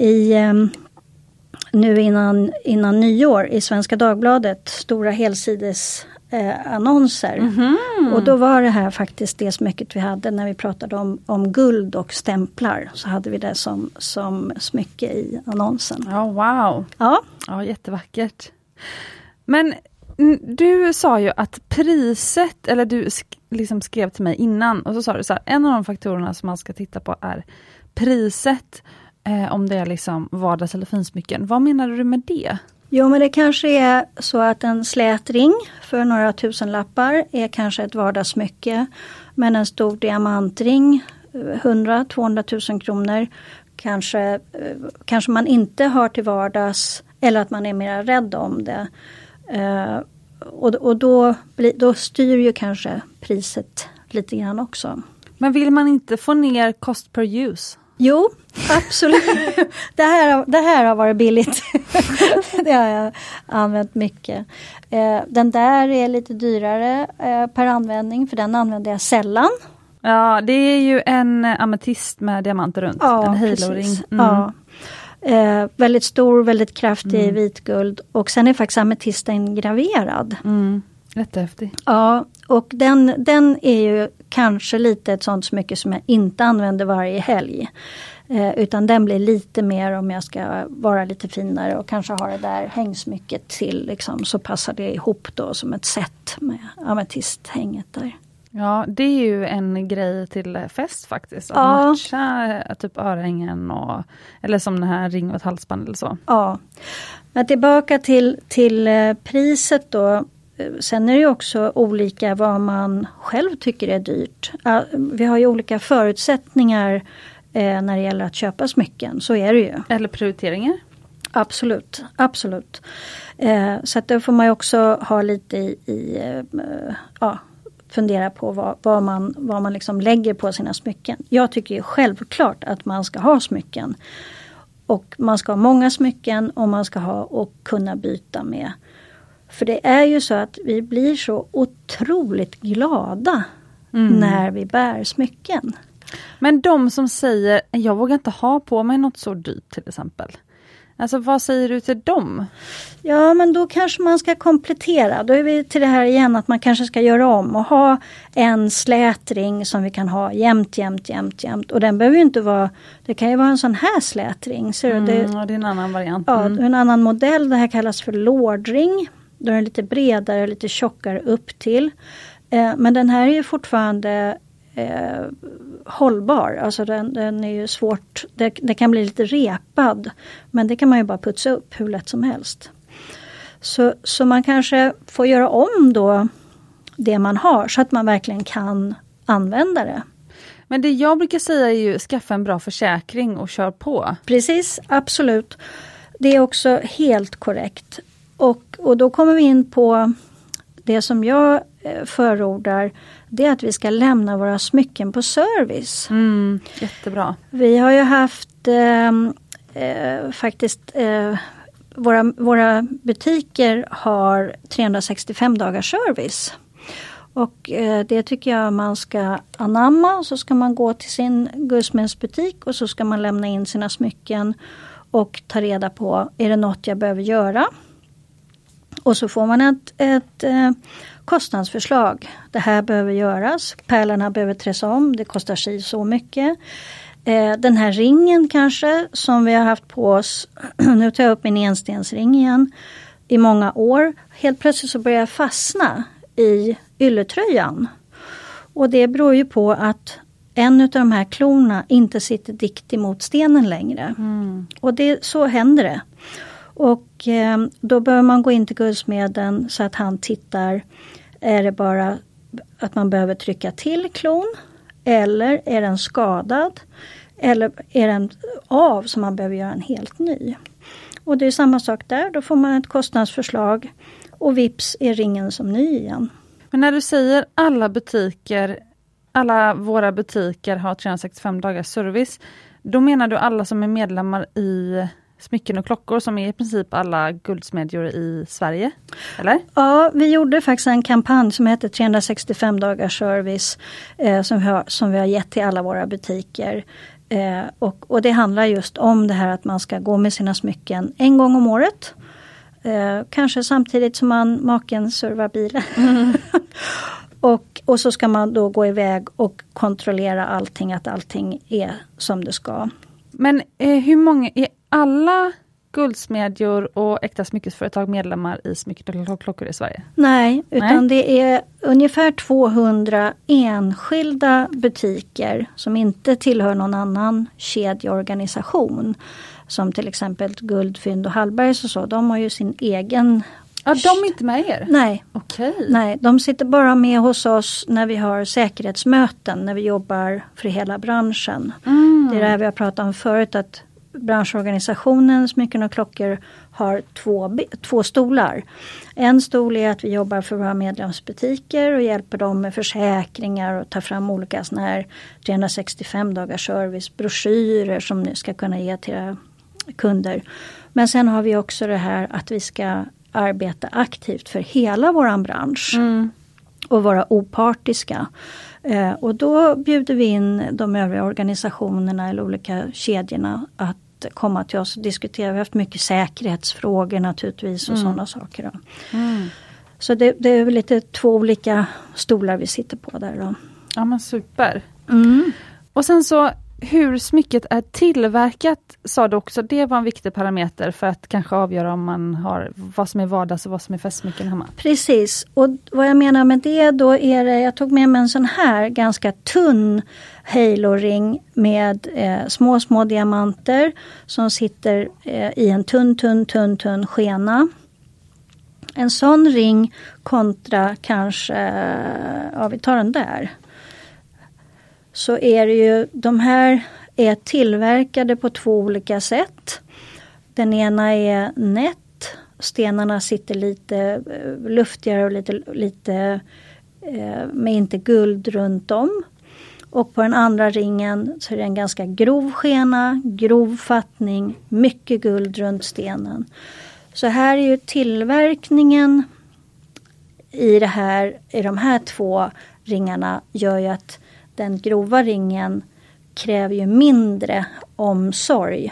nu innan nyår i Svenska Dagbladet. Stora helsides annonser. Och då var det här faktiskt det smycket vi hade när vi pratade om guld och stämplar. Så hade vi det som smycke i annonsen. Wow. Ja, jättevackert. Men Du sa ju att priset, eller du liksom skrev till mig innan, och så sa du så här, en av de faktorerna som man ska titta på är priset, om det är liksom vardags- eller finsmycken. Vad menar du med det? Jo, men det kanske är så att en slät ring för några tusenlappar är kanske ett vardagssmycke. Men en stor diamantring, 100-200 000 kronor, kanske man inte har till vardags, eller att man är mer rädd om det. Och då styr ju kanske priset lite grann också. Men vill man inte få ner cost per use? Jo, absolut. Det här har varit billigt. Det har jag använt mycket. Den där är lite dyrare per användning, för den använder jag sällan. Ja, det är ju en ametist med diamanter runt. Ja, en halo-ring. Ja. Väldigt stor, väldigt kraftig vitguld. Och sen är faktiskt ametisten graverad. Jättehäftig. Ja, och den är ju kanske lite ett sånt smycke som jag inte använder varje helg. Utan den blir lite mer om jag ska vara lite finare och kanske ha det där hängsmycket till. Liksom, så passar det ihop då som ett set med ametisthänget där. Ja, det är ju en grej till fest faktiskt. Att matcha typ örhängen eller som den här ring och ett halsband eller så. Ja, men tillbaka till priset då. Sen är det ju också olika vad man själv tycker är dyrt. Vi har ju olika förutsättningar när det gäller att köpa smycken. Så är det ju. Eller prioriteringar? Absolut. Så att då får man ju också ha lite fundera på vad man liksom lägger på sina smycken. Jag tycker ju självklart att man ska ha smycken. Och man ska ha många smycken och man ska ha och kunna byta med. För det är ju så att vi blir så otroligt glada när vi bär smycken. Men de som säger, jag vågar inte ha på mig något så dyrt till exempel. Alltså vad säger du till dem? Ja, men då kanske man ska komplettera. Då är vi till det här igen att man kanske ska göra om och ha en slätring som vi kan ha jämt. Och den behöver ju inte vara, det kan ju vara en sån här slätring. Så ja, det är en annan variant. Ja, en annan modell. Det här kallas för lordring. Då är den lite bredare, lite tjockare upp till. Men den här är ju fortfarande hållbar. Alltså den är ju svårt, det kan bli lite repad. Men det kan man ju bara putsa upp hur lätt som helst. Så man kanske får göra om då det man har så att man verkligen kan använda det. Men det jag brukar säga är ju skaffa en bra försäkring och kör på. Precis, absolut. Det är också helt korrekt. Och då kommer vi in på det som jag förordar, det är att vi ska lämna våra smycken på service. Jättebra. Vi har ju haft våra butiker har 365 dagars service. Och det tycker jag man ska anamma. Så ska man gå till sin guldsmedsbutik och så ska man lämna in sina smycken och ta reda på, är det något jag behöver göra? Och så får man ett kostnadsförslag. Det här behöver göras. Pärlorna behöver träs om. Det kostar sig så mycket. Den här ringen kanske som vi har haft på oss. Nu tar jag upp min enstensring igen. I många år. Helt plötsligt så börjar jag fastna i ylletröjan. Och det beror ju på att en av de här klorna inte sitter dikt emot stenen längre. Och så händer det. Och då behöver man gå in till guldsmeden så att han tittar. Är det bara att man behöver trycka till klon? Eller är den skadad? Eller är den av så man behöver göra en helt ny? Och det är samma sak där. Då får man ett kostnadsförslag. Och vips är ringen som ny igen. Men när du säger alla våra butiker har 365 dagars service. Då menar du alla som är medlemmar i smycken och klockor som är i princip alla guldsmedjor i Sverige, eller? Ja, vi gjorde faktiskt en kampanj som heter 365 dagars service som vi har gett till alla våra butiker. Och det handlar just om det här att man ska gå med sina smycken en gång om året. Kanske samtidigt som maken servar bilen. Och så ska man då gå iväg och kontrollera att allting är som det ska. Men hur många, är alla guldsmedjor och äkta smyckesföretag medlemmar i Smycken och klockor i Sverige? Nej, utan det är ungefär 200 enskilda butiker som inte tillhör någon annan kedjeorganisation. Som till exempel Guldfynd och Hallbergs och så. De har ju sin egen... Ja, de är inte med er? Nej. Okej. Nej, de sitter bara med hos oss när vi har säkerhetsmöten. När vi jobbar för hela branschen. Det är det här vi har pratat om förut. Att branschorganisationen Smycken och klockor har två stolar. En stol är att vi jobbar för våra medlemsbutiker och hjälper dem med försäkringar och tar fram olika såna här 365 dagars service, broschyrer som ni ska kunna ge till era kunder. Men sen har vi också det här att vi ska arbeta aktivt för hela våran bransch och vara opartiska. Och då bjuder vi in de övriga organisationerna eller olika kedjorna att komma till oss och diskutera. Vi har haft mycket säkerhetsfrågor naturligtvis och sådana saker. Då. Så det är väl lite 2 olika stolar vi sitter på där då. Ja, men super. Och sen så hur smycket är tillverkat, sa du också, det var en viktig parameter för att kanske avgöra om man har vad som är vardags och vad som är festsmycken hemma. Precis, och vad jag menar med det då är det, jag tog med mig en sån här ganska tunn halo-ring med små diamanter som sitter i en tunn skena. En sån ring kontra kanske, ja vi tar den där. Så är det ju, de här är tillverkade på 2 olika sätt. Den ena är nätt, stenarna sitter lite luftigare och lite med inte guld runt om. Och på den andra ringen så är det en ganska grov skena, grov fattning, mycket guld runt stenen. Så här är ju tillverkningen i de här 2 ringarna gör ju att den grova ringen kräver ju mindre omsorg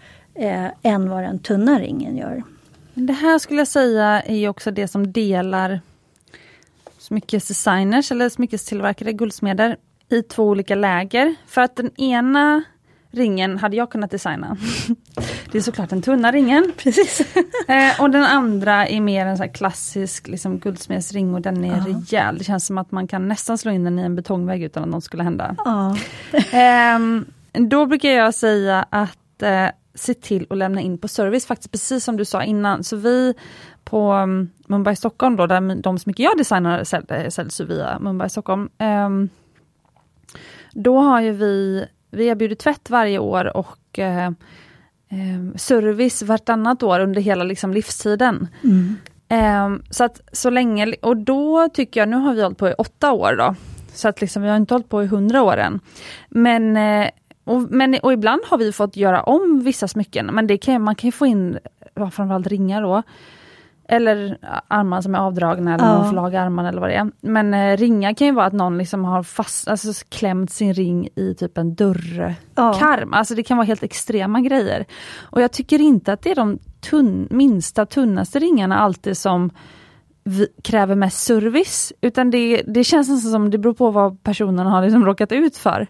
än vad den tunna ringen gör. Det här skulle jag säga är ju också det som delar smyckesdesigners eller smyckestillverkare, guldsmeder i 2 olika läger. För att den ena ringen hade jag kunnat designa. Det är såklart den tunna ringen. Precis. Och den andra är mer en så här klassisk liksom, guldsmedsring och den är rejäl. Det känns som att man kan nästan slå in den i en betongvägg utan att något skulle hända. Då brukar jag säga att se till att lämna in på service, faktiskt precis som du sa innan. Så vi på Mumbai Stockholm då, där de smycken jag designar säljs via Mumbai Stockholm. Då har ju vi erbjuder tvätt varje år och service vartannat år under hela liksom, livstiden. Så att så länge, och då tycker jag, nu har vi hållit på i 8 år då. Så att liksom, vi har inte hållit på i 100 år. Men ibland har vi fått göra om vissa smycken. Men man kan ju få in framförallt ringar då. Eller armar som är avdragna eller någon får laga armarna eller vad det är. Men ringar kan ju vara att någon liksom har klämt sin ring i typ en dörrkarm. Alltså det kan vara helt extrema grejer. Och jag tycker inte att det är de tunnaste ringarna alltid som kräver mest service. Utan det känns nästan som det beror på vad personen har liksom råkat ut för.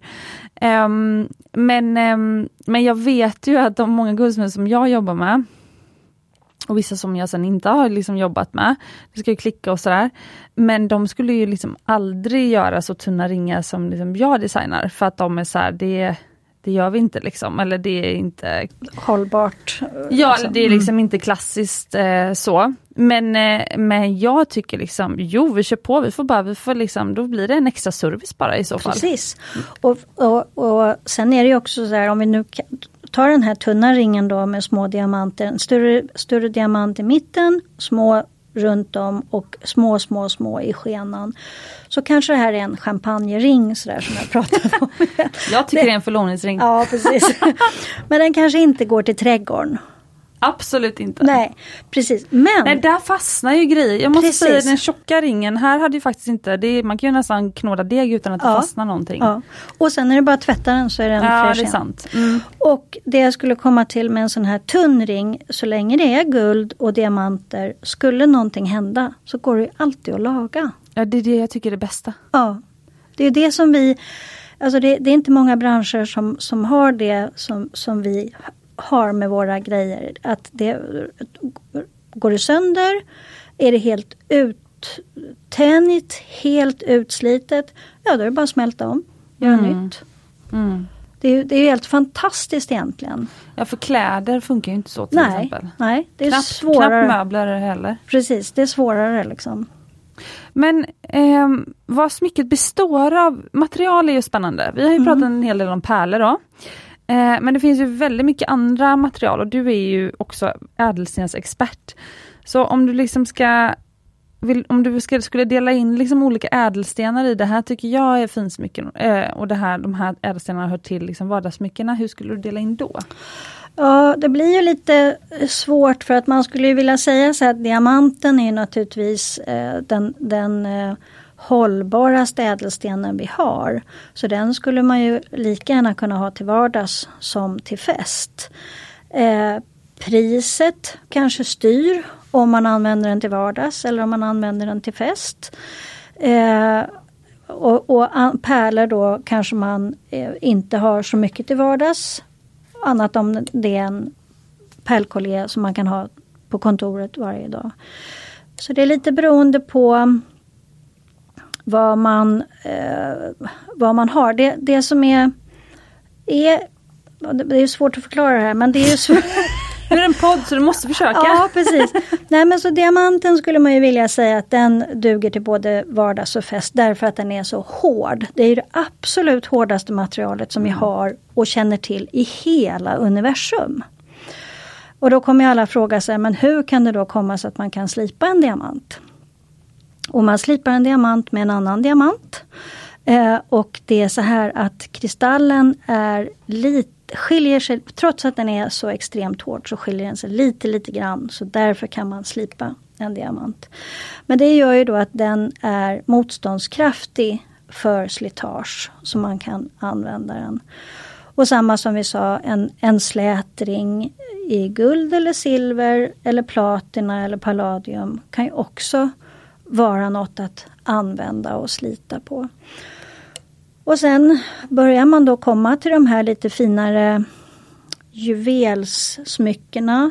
Men jag vet ju att de många guldsmeder som jag jobbar med och vissa som jag sen inte har liksom jobbat med. Det ska ju klicka och sådär. Men de skulle ju liksom aldrig göra så tunna ringar som liksom jag designar. För att de är så här, det gör vi inte liksom. Eller det är inte hållbart. Ja, liksom. Det är liksom inte klassiskt så. Men jag tycker liksom, jo vi kör på. Vi får liksom, då blir det en extra service bara i så fall. Precis. Och sen är det ju också så här, om vi nu tar den här tunna ringen då med små diamanter. En större diamant i mitten, små runt om och små i skenan. Så kanske det här är en champagnering sådär som jag pratade om. Jag tycker det är en förlovningsring. Ja, precis. Men den kanske inte går till trädgården. Absolut inte. Nej, precis. Nej, där fastnar ju grejer. Jag måste säga den tjocka ringen. Här hade ju faktiskt inte, man kan ju nästan knåda deg utan att det fastnar någonting. Ja. Och sen när det bara tvättar den så är den fräsch. Det är sant. Och det jag skulle komma till med en sån här tunn ring, så länge det är guld och diamanter, skulle någonting hända så går det ju alltid att laga. Ja, det är det jag tycker är det bästa. Ja, det är det som vi, alltså det är inte många branscher som har det som vi har med våra grejer. Att det går det sönder, är det helt uttänjt, helt utslitet, då är det bara att smälta om, göra nytt. Det är ju helt fantastiskt egentligen. Ja, för kläder funkar ju inte så till exempel. Nej, det är svårare. Knappt möbler heller. Precis, det är svårare liksom. Men vad smycket består av, material är ju spännande. Vi har ju pratat en hel del om pärlor då. Men det finns ju väldigt mycket andra material och du är ju också ädelstensexpert. Så om du liksom skulle dela in liksom olika ädelstenar i det här, tycker jag är finsmycken och de här ädelstenarna hör till liksom vardagsmyckena. Hur skulle du dela in då? Ja, det blir ju lite svårt för att man skulle ju vilja säga så att diamanten är naturligtvis den hållbaraste ädelstenen vi har. Så den skulle man ju lika gärna kunna ha till vardags som till fest. Priset kanske styr om man använder den till vardags eller om man använder den till fest. Och pärlor då kanske man inte har så mycket till vardags. Annat om det är en pärlkollier som man kan ha på kontoret varje dag. Så det är lite beroende på vad man har. Det som är det är svårt att förklara det här, men det är ju svårt. Nu är det en podd så du måste försöka. Ja, precis. Nej, men så diamanten skulle man ju vilja säga att den duger till både vardags och fest därför att den är så hård. Det är ju det absolut hårdaste materialet som vi har och känner till i hela universum. Och då kommer alla fråga sig, men hur kan det då komma så att man kan slipa en diamant? Och man slipar en diamant med en annan diamant. Och det är så här att kristallen skiljer sig, trots att den är så extremt hård så skiljer den sig lite grann. Så därför kan man slipa en diamant. Men det gör ju då att den är motståndskraftig för slitage. Så man kan använda den. Och samma som vi sa, en slätring i guld eller silver eller platina eller palladium kan ju också vara något att använda och slita på. Och sen börjar man då komma till de här lite finare juvelssmyckena.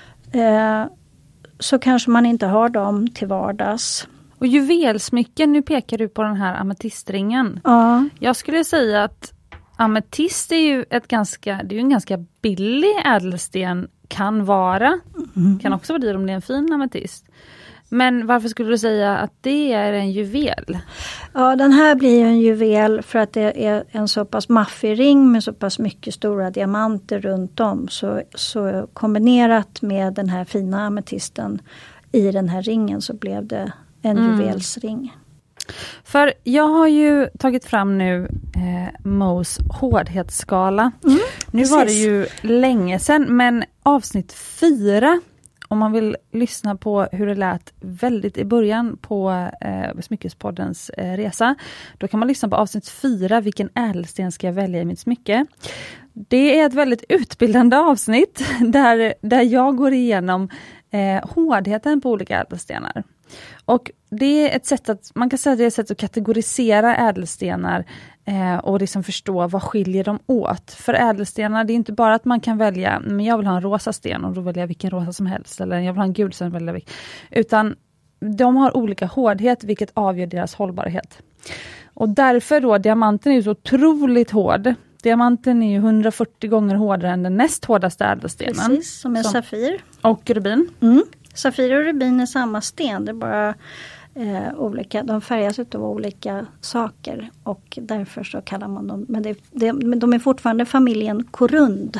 Så kanske man inte har dem till vardags. Och juvelsmycken, nu pekar du på den här ametistringen. Ja. Jag skulle säga att ametist är ju en ganska billig ädelsten, kan vara. Kan också vara dyr om det är en fin ametist. Men varför skulle du säga att det är en juvel? Ja, den här blir ju en juvel för att det är en så pass maffig ring med så pass mycket stora diamanter runt om. Så kombinerat med den här fina ametisten i den här ringen så blev det en juvelsring. För jag har ju tagit fram nu Mohs hårdhetsskala. Nu var det ju länge sedan, men avsnitt 4, om man vill lyssna på hur det lät väldigt i början på Smyckespoddens resa, då kan man lyssna på avsnitt 4, vilken ädelsten ska jag välja i mitt smycke. Det är ett väldigt utbildande avsnitt där jag går igenom hårdheten på olika ädelstenar. Och det är ett sätt man kan säga att det är ett sätt att kategorisera ädelstenar och liksom förstå vad skiljer dem åt. För ädelstenar, det är inte bara att man kan välja, men jag vill ha en rosa sten och då väljer jag vilken rosa som helst, eller jag vill ha en gul sten och väljer vilken. Utan de har olika hårdhet, vilket avgör deras hållbarhet. Och därför då, diamanten är ju så otroligt hård. Diamanten är ju 140 gånger hårdare än den näst hårdaste ädelstenen. Precis, som är safir. Och rubin. Safir och rubin är samma sten, det är bara olika, de färgas utav olika saker och därför så kallar man dem, men de är fortfarande familjen korund.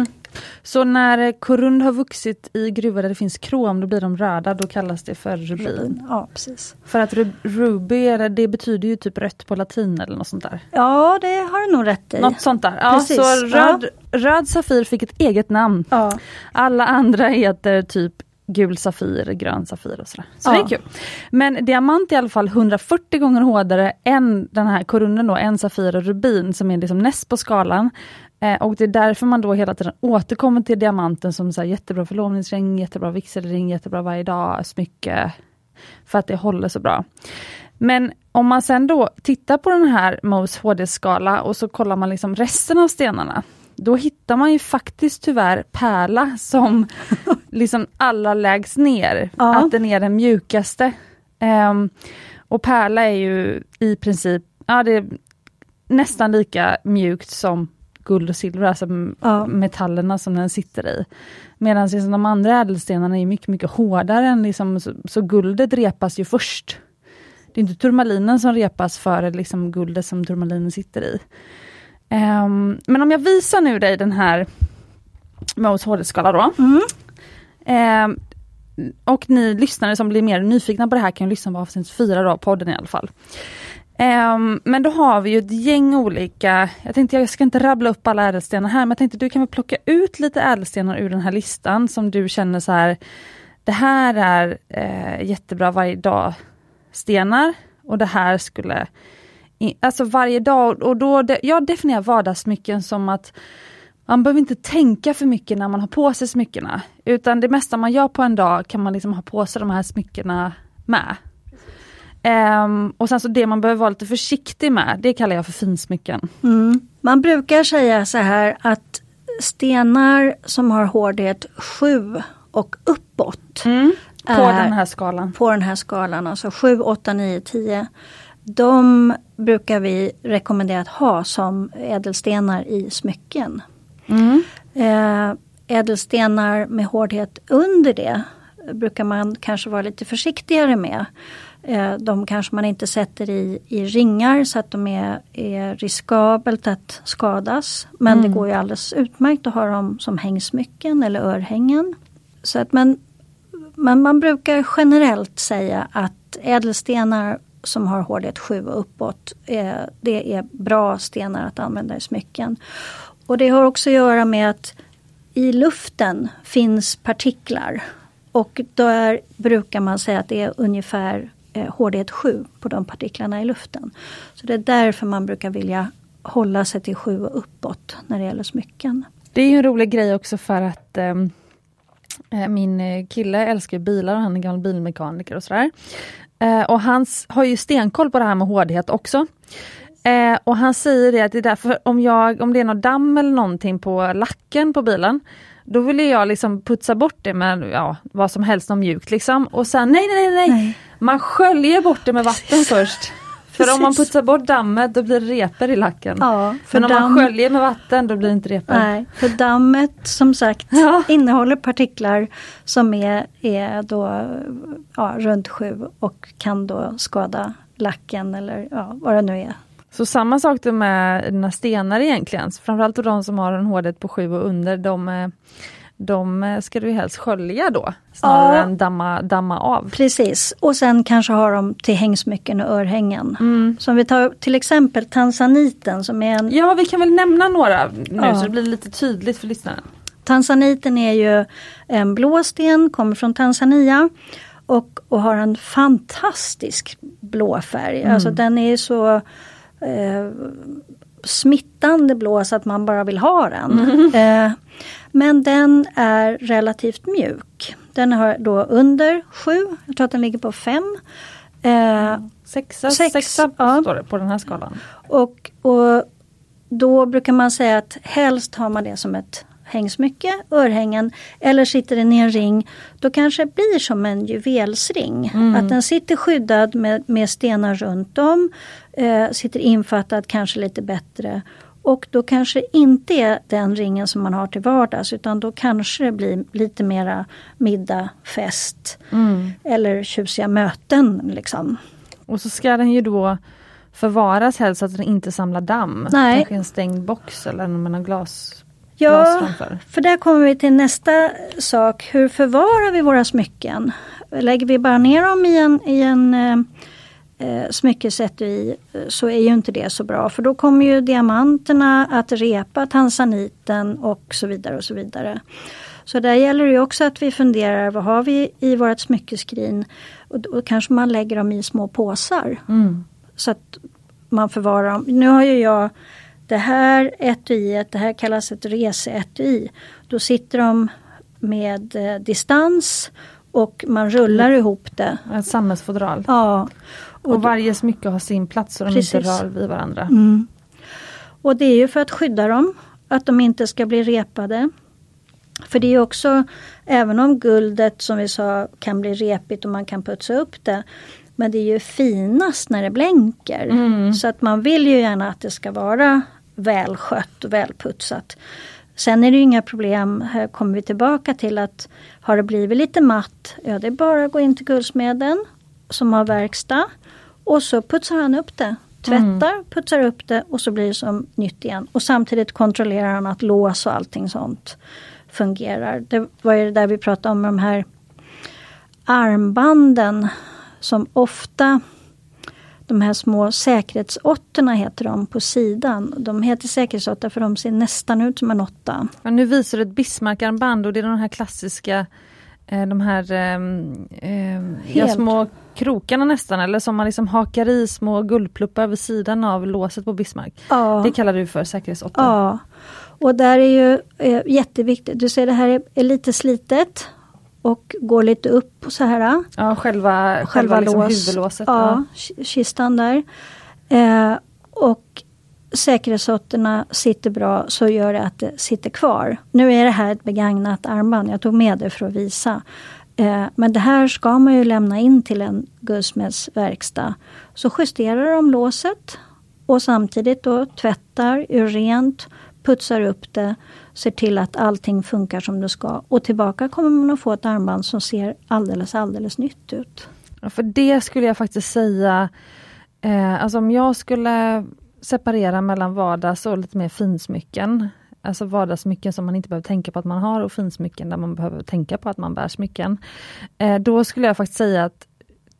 Så när korund har vuxit i gruvor där det finns krom, då blir de röda, då kallas det för rubin. Ja, precis. För att ruby, det betyder ju typ rött på latin eller något sånt där. Ja, det har du nog rätt i. Något sånt där. Ja, precis. så röd safir fick ett eget namn. Ja. Alla andra heter typ gul safir, grön safir och sådär. Så det är kul. Men diamant är i alla fall 140 gånger hårdare än den här korunden då, en safir och rubin som är liksom näst på skalan. Och det är därför man då hela tiden återkommer till diamanten som så här, jättebra förlovningsring, jättebra vigselring, jättebra varje dag, smycke. För att det håller så bra. Men om man sen då tittar på den här Mohs HD-skala och så kollar man liksom resten av stenarna. då hittar man ju faktiskt tyvärr pärla som liksom allra lägst ner. Ja. Att den är den mjukaste. Och pärla är ju i princip, det är nästan lika mjukt som guld och silver, alltså metallerna som den sitter i. Medan liksom de andra ädelstenarna är mycket, mycket hårdare än liksom, så guldet repas ju först. Det är inte turmalinen som repas före liksom guldet som turmalinen sitter i. Men om jag visar nu dig den här Mohs hårdhetsskala då. Och ni lyssnare som blir mer nyfikna på det här kan ju lyssna på avsnitt 4 då, podden i alla fall. Men då har vi ju ett gäng olika, jag ska inte rabbla upp alla ädelstenar här, men jag tänkte du kan väl plocka ut lite ädelstenar ur den här listan som du känner så här, det här är jättebra varje dag stenar, och det här skulle alltså varje dag, och då jag definierar vardagssmycken som att man behöver inte tänka för mycket när man har på sig smyckena, utan det mesta man gör på en dag kan man liksom ha på sig de här smyckena med. Och sen så det man behöver vara lite försiktig med, det kallar jag för finsmycken. Man brukar säga så här att stenar som har hårdhet 7 och uppåt på den här skalan. På den här skalan, alltså 7, 8, 9, 10. De brukar vi rekommendera att ha som ädelstenar i smycken. Ädelstenar med hårdhet under det brukar man kanske vara lite försiktigare med. De kanske man inte sätter i ringar så att de är riskabelt att skadas. Men det går ju alldeles utmärkt att ha dem som hängsmycken eller örhängen. Så att man brukar generellt säga att ädelstenar som har hårdhet 7 och uppåt, det är bra stenar att använda i smycken. Och det har också att göra med att i luften finns partiklar. Och där brukar man säga att det är ungefär hårdhet 7 på de partiklarna i luften. Så det är därför man brukar vilja hålla sig till 7 och uppåt när det gäller smycken. Det är ju en rolig grej också för att min kille älskar bilar och han är gammal bilmekaniker och sådär. Och han har ju stenkoll på det här med hårdhet också. Och han säger det att det är därför om det är någon damm eller någonting på lacken på bilen, då vill jag liksom putsa bort det med vad som helst om mjukt liksom. Och sen nej. Man sköljer bort det med vatten först. För om man putsar bort dammet då blir det repor i lacken. Ja, men om man sköljer med vatten då blir det inte repor. Nej, för dammet som sagt innehåller partiklar som är då runt 7 och kan då skada lacken eller vad det nu är. Så samma sak då med dina stenar egentligen. Framförallt de som har en hårdhet på 7 och under, de ska du helst skölja då. Snarare än damma av. Precis. Och sen kanske har de till hängsmycken och örhängen. Så om vi tar till exempel tanzaniten som är en... Ja, vi kan väl nämna några nu så det blir lite tydligt för lyssnarna. Tanzaniten är ju en blåsten, kommer från Tanzania. Och har en fantastisk blå färg. Alltså den är så... smittande blå så att man bara vill ha den. Men den är relativt mjuk. Den har då under 7. Jag tror att den ligger på 5. 6 står det på den här skalan. Och då brukar man säga att helst har man det som ett hängsmycke, örhängen, eller sitter den i en ring, då kanske det blir som en juvelsring. Att den sitter skyddad med stenar runt om, sitter infattad kanske lite bättre. Och då kanske inte är den ringen som man har till vardags, utan då kanske det blir lite mera middag, fest eller tjusiga möten liksom. Och så ska den ju då förvaras helst så att den inte samlar damm. Nej. Kanske en stängd box eller med glas. Ja, för där kommer vi till nästa sak. Hur förvarar vi våra smycken? Lägger vi bara ner dem i en smyckesetui så är ju inte det så bra. För då kommer ju diamanterna att repa tanzaniten och så vidare och så vidare. Så där gäller det ju också att vi funderar, vad har vi i vårt smyckeskrin? Och då kanske man lägger dem i små påsar. Så att man förvarar dem. Nu har ju jag det här etuiet, det här kallas ett reseetui. Då sitter de med distans och man rullar ihop det. Ett sammetsfodral. Ja. Och varje smycke har sin plats så de inte rör vid varandra. Och det är ju för att skydda dem. att de inte ska bli repade. För det är också, även om guldet som vi sa kan bli repigt och man kan putsa upp det. Men det är ju finast när det blänker. Så att man vill ju gärna att det ska vara välskött och välputsat. Sen är det ju inga problem, här kommer vi tillbaka till att har det blivit lite matt, ja det är bara att gå in till guldsmeden som har verkstad. Och så putsar han upp det. Tvättar, putsar upp det och så blir det som nytt igen. Och samtidigt kontrollerar han att lås och allting sånt fungerar. Det var ju där vi pratade om de här armbanden som ofta, de här små säkerhetsåttorna heter de på sidan. De heter säkerhetsåttor för de ser nästan ut som en 8. Ja, nu visar du ett Bismarck-armband och det är de här klassiska de här små krokarna nästan, eller som man liksom hakar i små guldpluppar över sidan av låset på Bismarck. Ja. Det kallar du för säkerhetsåttor. Ja, och där är ju jätteviktigt. Du ser det här är lite slitet och går lite upp så här. Ja, själva liksom huvudlåset. Ja, kistan där. Och säkerhetsåttorna sitter bra så gör det att det sitter kvar. Nu är det här ett begagnat armband. Jag tog med det för att visa. Men det här ska man ju lämna in till en guldsmedsverkstad. Så justerar de låset och samtidigt då tvättar, gör rent, putsar upp det, ser till att allting funkar som det ska. Och tillbaka kommer man att få ett armband som ser alldeles nytt ut. Ja, för det skulle jag faktiskt säga, alltså om jag skulle separera mellan vardags och lite mer finsmycken. Alltså vardagssmycken som man inte behöver tänka på att man har och finsmycken där man behöver tänka på att man bär smycken. Då skulle jag faktiskt säga att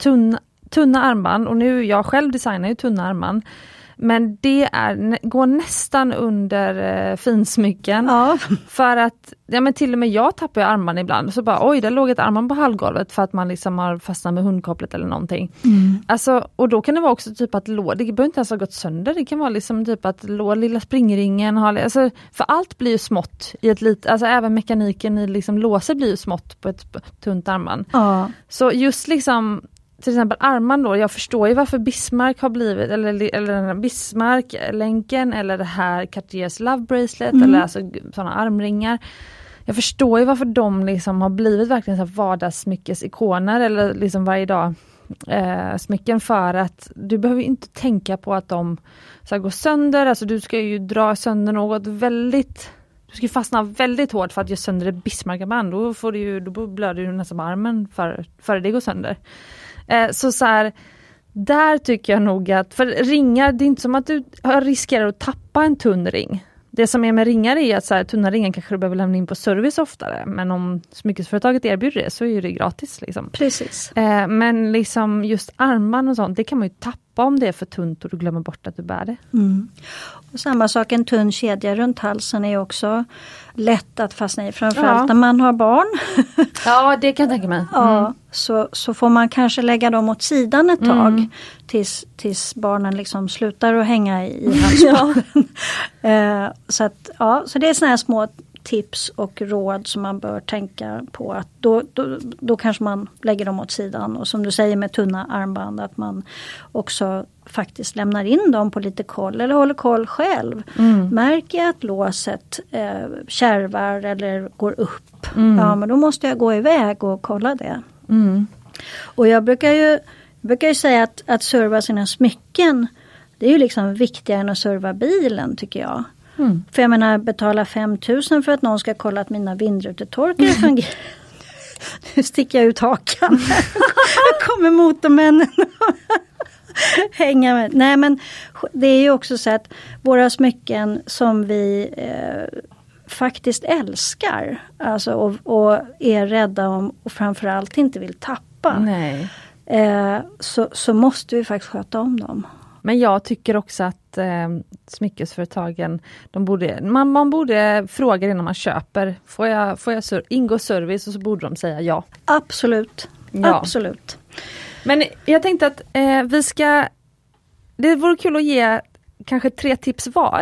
tunna armband, och nu jag själv designar ju tunna armband, men det går nästan under finsmycken. Ja. För att, ja men till och med jag tappar ju armband ibland. Så bara, oj, där låg ett armband på halvgolvet för att man liksom har fastnat med hundkopplet eller någonting. Alltså, och då kan det vara också typ att det behöver inte ens ha gått sönder. Det kan vara liksom typ att lilla springringen har, alltså, för allt blir ju smått i ett litet, alltså även mekaniken i liksom låset blir ju smått på ett tunt armband. Ja. Så just liksom till exempel armband då, jag förstår ju varför Bismarck har blivit, eller den här Bismarck-länken, eller det här Cartiers Love Bracelet, eller alltså sådana armringar. Jag förstår ju varför de liksom har blivit verkligen så här vardagssmyckesikoner, eller liksom varje dag smycken, för att du behöver inte tänka på att de ska gå sönder. Alltså du ska ju dra sönder något väldigt, du ska fastna väldigt hårt för att göra sönder ett Bismarck-band. Då blöder du nästan armen för det går sönder. Så här, där tycker jag nog att, för ringar, det är inte som att du riskerar att tappa en tunn ring. Det som är med ringar är att så här, tunna ringar kanske du behöver lämna in på service oftare. Men om smyckesföretaget erbjuder det så är det gratis. Liksom. Precis. Men liksom just armband och sånt, det kan man ju tappa om det är för tunt och du glömmer bort att du bär det. Och samma sak, en tunn kedja runt halsen är också lätt att fastna i. Framförallt när man har barn. Ja, det kan jag tänka mig. Ja, så får man kanske lägga dem åt sidan ett tag. Tills barnen liksom slutar att hänga i halsbanden. Så det är såna här små tips och råd som man bör tänka på. Att då kanske man lägger dem åt sidan. Och som du säger med tunna armband, att man också faktiskt lämnar in dem på lite koll. Eller håller koll själv. Märker jag att låset kärvar eller går upp. Ja, men då måste jag gå iväg och kolla det. Och jag brukar ju säga att serva sina smycken, det är ju liksom viktigare än att serva bilen, tycker jag. För jag menar, betala 5 000 för att någon ska kolla att mina vindrutetorkare fungerar. Nu sticker jag ut hakan. Jag kommer motormännen hänga med. Nej, men det är ju också så att våra smycken som vi faktiskt älskar, alltså, och är rädda om och framförallt inte vill tappa. Nej. Så måste vi faktiskt sköta om dem. Men jag tycker också att smyckesföretagen, man borde fråga innan man köper. Får jag ingå service, och så borde de säga ja. Absolut. Ja. Absolut. Men jag tänkte att det vore kul att ge kanske 3 tips var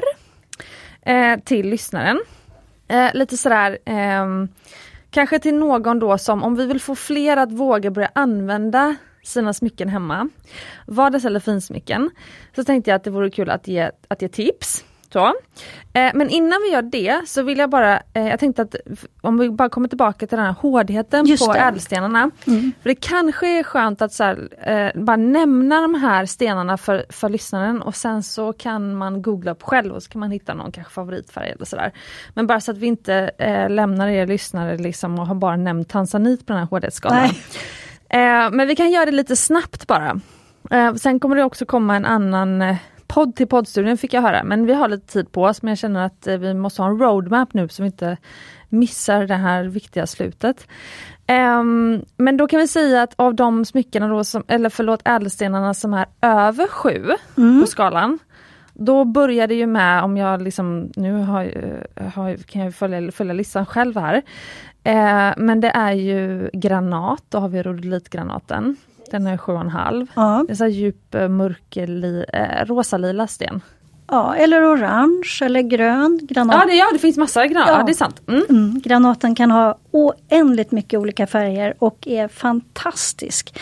till lyssnaren. Lite sådär, kanske till någon då som, om vi vill få fler att våga börja använda sina smycken hemma, vardags- eller finsmycken, så tänkte jag att det vore kul att ge tips. Så. Men innan vi gör det så vill jag bara, jag tänkte att om vi bara kommer tillbaka till den här hårdheten på ädelstenarna. För det kanske är skönt att så här, bara nämna de här stenarna för lyssnaren och sen så kan man googla upp själv och så kan man hitta någon kanske favoritfärg eller sådär. Men bara så att vi inte lämnar er lyssnare liksom och har bara nämnt tanzanit på den här hårdhetsskalan. Men vi kan göra det lite snabbt bara. Sen kommer det också komma en annan podd till poddstudion fick jag höra. Men vi har lite tid på oss. Men jag känner att vi måste ha en roadmap nu så vi inte missar det här viktiga slutet. Men då kan vi säga att av de smyckena då ädelstenarna som är över 7 på skalan. Då börjar det ju med, om jag liksom, nu kan jag följa listan själv här. Men det är ju granat, då har vi rodolitgranaten. Den är 7,5. Ja. Det är så här djup, mörk, rosalila sten. Ja, eller orange eller grön granat. Ja, det finns massa granat. Ja, det är sant. Granaten kan ha oändligt mycket olika färger och är fantastisk.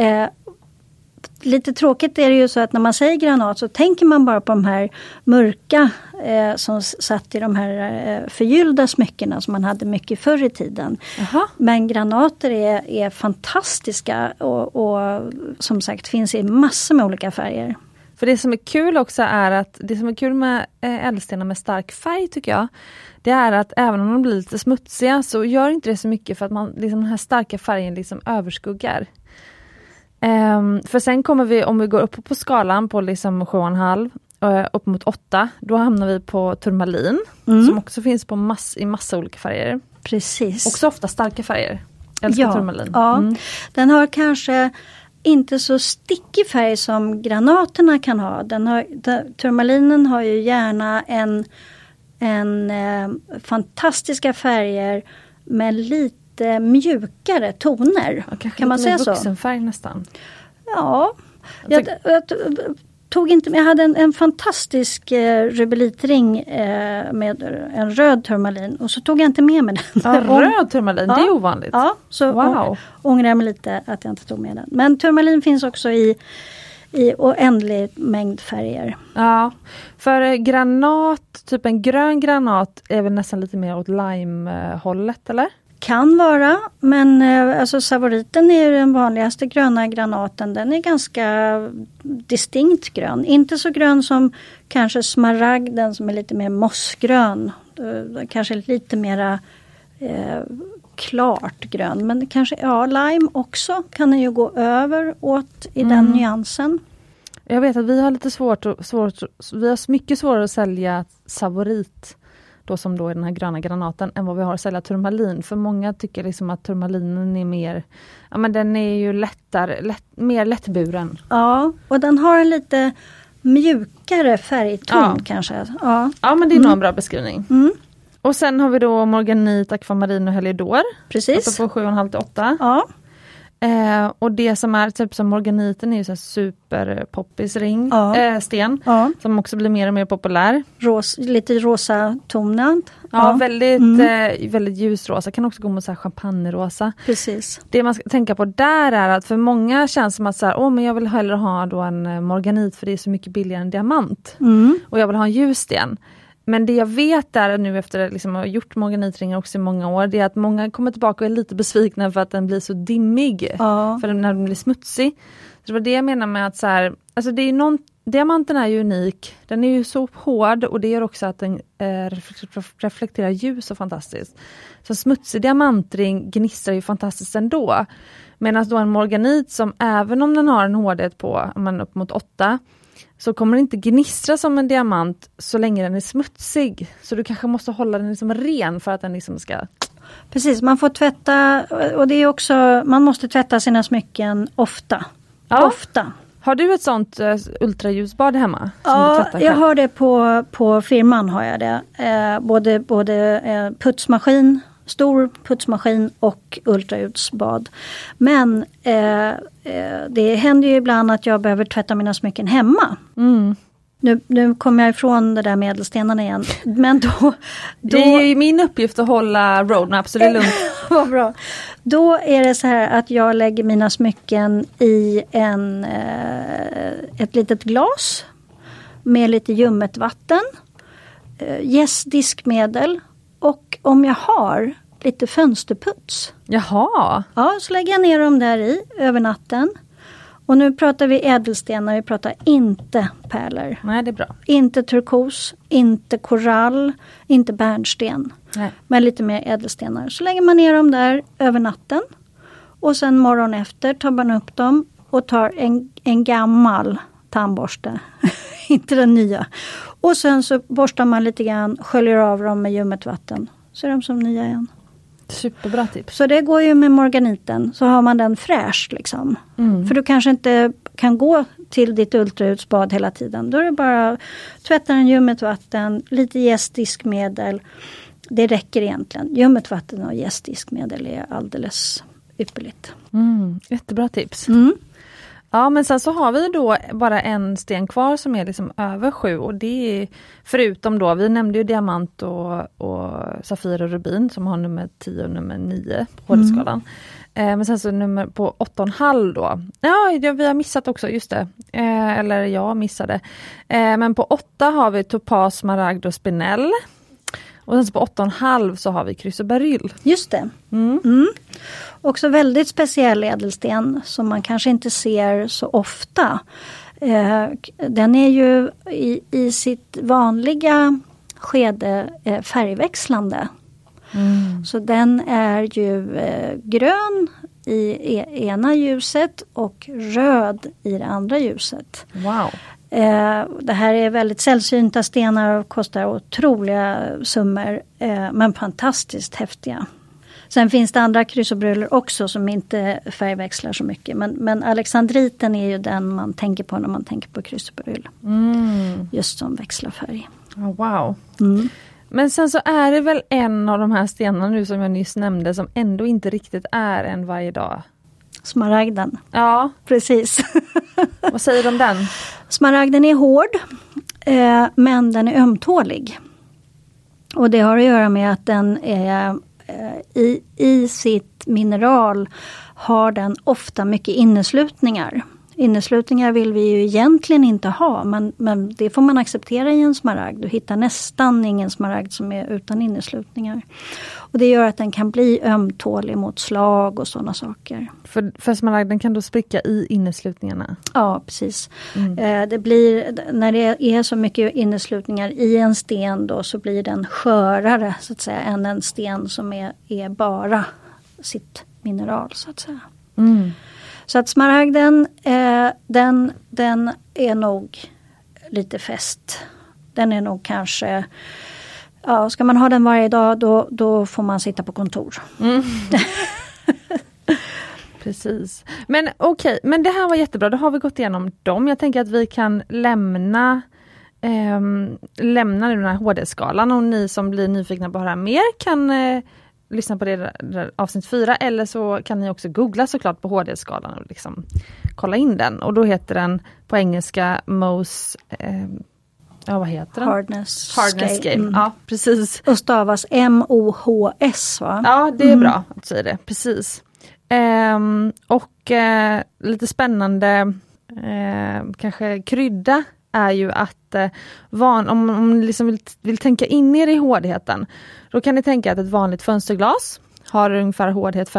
Lite tråkigt är det ju så att när man säger granat så tänker man bara på de här mörka som satt i de här förgyllda smyckena som man hade mycket förr i tiden. Aha. Men granater är fantastiska och som sagt finns i massor med olika färger. För det som är kul också är att det som är kul med ädelstenar med stark färg tycker jag, det är att även om de blir lite smutsiga så gör inte det så mycket för att man liksom, den här starka färgen liksom överskuggar. För sen kommer vi, om vi går upp på skalan på liksom 7,5 upp mot 8, då hamnar vi på turmalin som också finns på i massa olika färger. Precis. Också ofta starka färger. Älskar turmalin. Ja, den har kanske inte så stickig färg som granaterna kan ha. Turmalinen har ju gärna en fantastiska färger med lite mjukare toner. Kan man säga så? Vuxenfärg nästan. Ja. Jag hade en fantastisk rubelitring med en röd turmalin och så tog jag inte med mig den. Röd turmalin, det är ovanligt. Ja, så ångrar jag mig lite att jag inte tog med den. Men turmalin finns också i oändlig mängd färger. Ja, för granat, typ en grön granat är väl nästan lite mer åt lime-hållet, eller? Kan vara, men alltså savoriten är den vanligaste gröna granaten. Den är ganska distinkt grön. Inte så grön som kanske smaragden som är lite mer mossgrön. Kanske lite mera klart grön. Men kanske, lime också kan den ju gå över åt i den nyansen. Jag vet att vi har lite vi har mycket svårare att sälja savorit. Då som då är den här gröna granaten än vad vi har att sälja turmalin. För många tycker liksom att turmalinen är mer, men den är ju mer lättburen. Ja, och den har en lite mjukare färgton kanske. Ja, men det är nog en bra beskrivning. Och sen har vi då morganit, akvamarin och heliodor. Precis. Alltså på 7,5-8. Ja. Och det som är typ som morganiten är ju så här super poppis sten som också blir mer och mer populär. Lite rosa tonad. Ja, väldigt ljusrosa. Kan också gå mot så här champagnerosa. Precis. Det man ska tänka på där är att för många känns som att så här, men jag vill hellre ha då en morganit för det är så mycket billigare än diamant. Och jag vill ha en ljussten. Men det jag vet är nu efter att liksom ha gjort morganitringar också i många år, det är att många kommer tillbaka och är lite besvikna för att den blir så dimmig. För när den blir smutsig. Så det var det jag menar med att så här, alltså det är diamanten är ju unik. Den är ju så hård och det gör också att den reflekterar ljus så fantastiskt. Så smutsig diamantring gnistrar ju fantastiskt ändå. Medan då en morganit som även om den har en hårdhet på upp mot 8 så kommer det inte gnistra som en diamant så länge den är smutsig. Så du kanske måste hålla den liksom ren för att den liksom ska... Precis, man får tvätta och det är också, man måste tvätta sina smycken ofta. Ja. Ofta. Har du ett sånt ultraljusbad hemma? Ja, jag har det på firman har jag det. Både putsmaskin, stor putsmaskin och ultraljudsbad. Men det händer ju ibland att jag behöver tvätta mina smycken hemma. Nu kommer jag ifrån det där med ädelstenarna igen. Men då det är ju min uppgift att hålla roadmap så det är lugnt. Vad bra. Då är det så här att jag lägger mina smycken i ett litet glas med lite ljummet vatten. diskmedel och om jag har lite fönsterputs. Jaha. Ja, så lägger jag ner dem där i över natten. Och nu pratar vi ädelstenar, vi pratar inte pärlor. Nej, det är bra. Inte turkos, inte korall, inte bärnsten. Nej. Men lite mer ädelstenar. Så lägger man ner dem där över natten. Och sen morgon efter tar man upp dem och tar en gammal tandborste. Inte den nya. Och sen så borstar man lite grann, sköljer av dem med ljummet vatten. Så är de som nya igen. Superbra tips. Så det går ju med morganiten. Så har man den fräsch liksom. För du kanske inte kan gå till ditt ultraljudsbad hela tiden. Då är det bara tvätta den ljummet vatten, lite jästdiskmedel. Det räcker egentligen. Ljummet vatten och jästdiskmedel är alldeles ypperligt. Jättebra tips. Ja, men sen så har vi då bara en sten kvar som är liksom över 7 och det är förutom då, vi nämnde ju diamant och safir och rubin som har nummer 10 och nummer 9 på HD-skalan. Men sen så nummer på 8,5 då. Ja, vi har missat också, just det. Eller jag missade. Men på 8 har vi topaz, smaragd och spinell. Och sen så på 8,5 så har vi chrysoberyl. Just det. Också väldigt speciell ädelsten som man kanske inte ser så ofta. Den är ju i sitt vanliga skede färgväxlande. Så den är ju grön i ena ljuset och röd i det andra ljuset. Wow. Det här är väldigt sällsynta stenar och kostar otroliga summor men fantastiskt häftiga. Sen finns det andra chrysoberyler också som inte färgväxlar så mycket. Men alexandriten är ju den man tänker på när man tänker på chrysoberyl. Just som växlar färg. Oh, wow. Men sen så är det väl en av de här stenarna nu som jag nyss nämnde som ändå inte riktigt är en varje dag. Smaragden. Ja. Precis. Vad säger du om den? Smaragden är hård men den är ömtålig. Och det har att göra med att den är i sitt mineral har den ofta mycket inneslutningar. Inneslutningar vill vi ju egentligen inte ha men det får man acceptera i en smaragd. Du hittar nästan ingen smaragd som är utan inneslutningar. Och det gör att den kan bli ömtålig mot slag och sådana saker. För smaragden kan då spricka i inneslutningarna? Ja, precis. Det blir, när det är så mycket inneslutningar i en sten då så blir den skörare så att säga än en sten som är bara sitt mineral så att säga. Så att smaragden, den är nog lite fäst. Den är nog kanske, ja, ska man ha den varje dag då får man sitta på kontor. Precis. Men okej, men det här var jättebra. Då har vi gått igenom dem. Jag tänker att vi kan lämna den här HD-skalan. Om ni som blir nyfikna på att höra mer kan lyssna på det avsnitt 4 eller så kan ni också googla såklart på HD-skalan och liksom kolla in den. Och då heter den på engelska Mohs vad heter den? Hardness Scale. Ja, precis. Och stavas MOHS va? Ja, det är bra att säga det. Precis. Och lite spännande kanske krydda är ju att om ni liksom vill tänka in er i hårdheten, då kan ni tänka att ett vanligt fönsterglas har ungefär hårdhet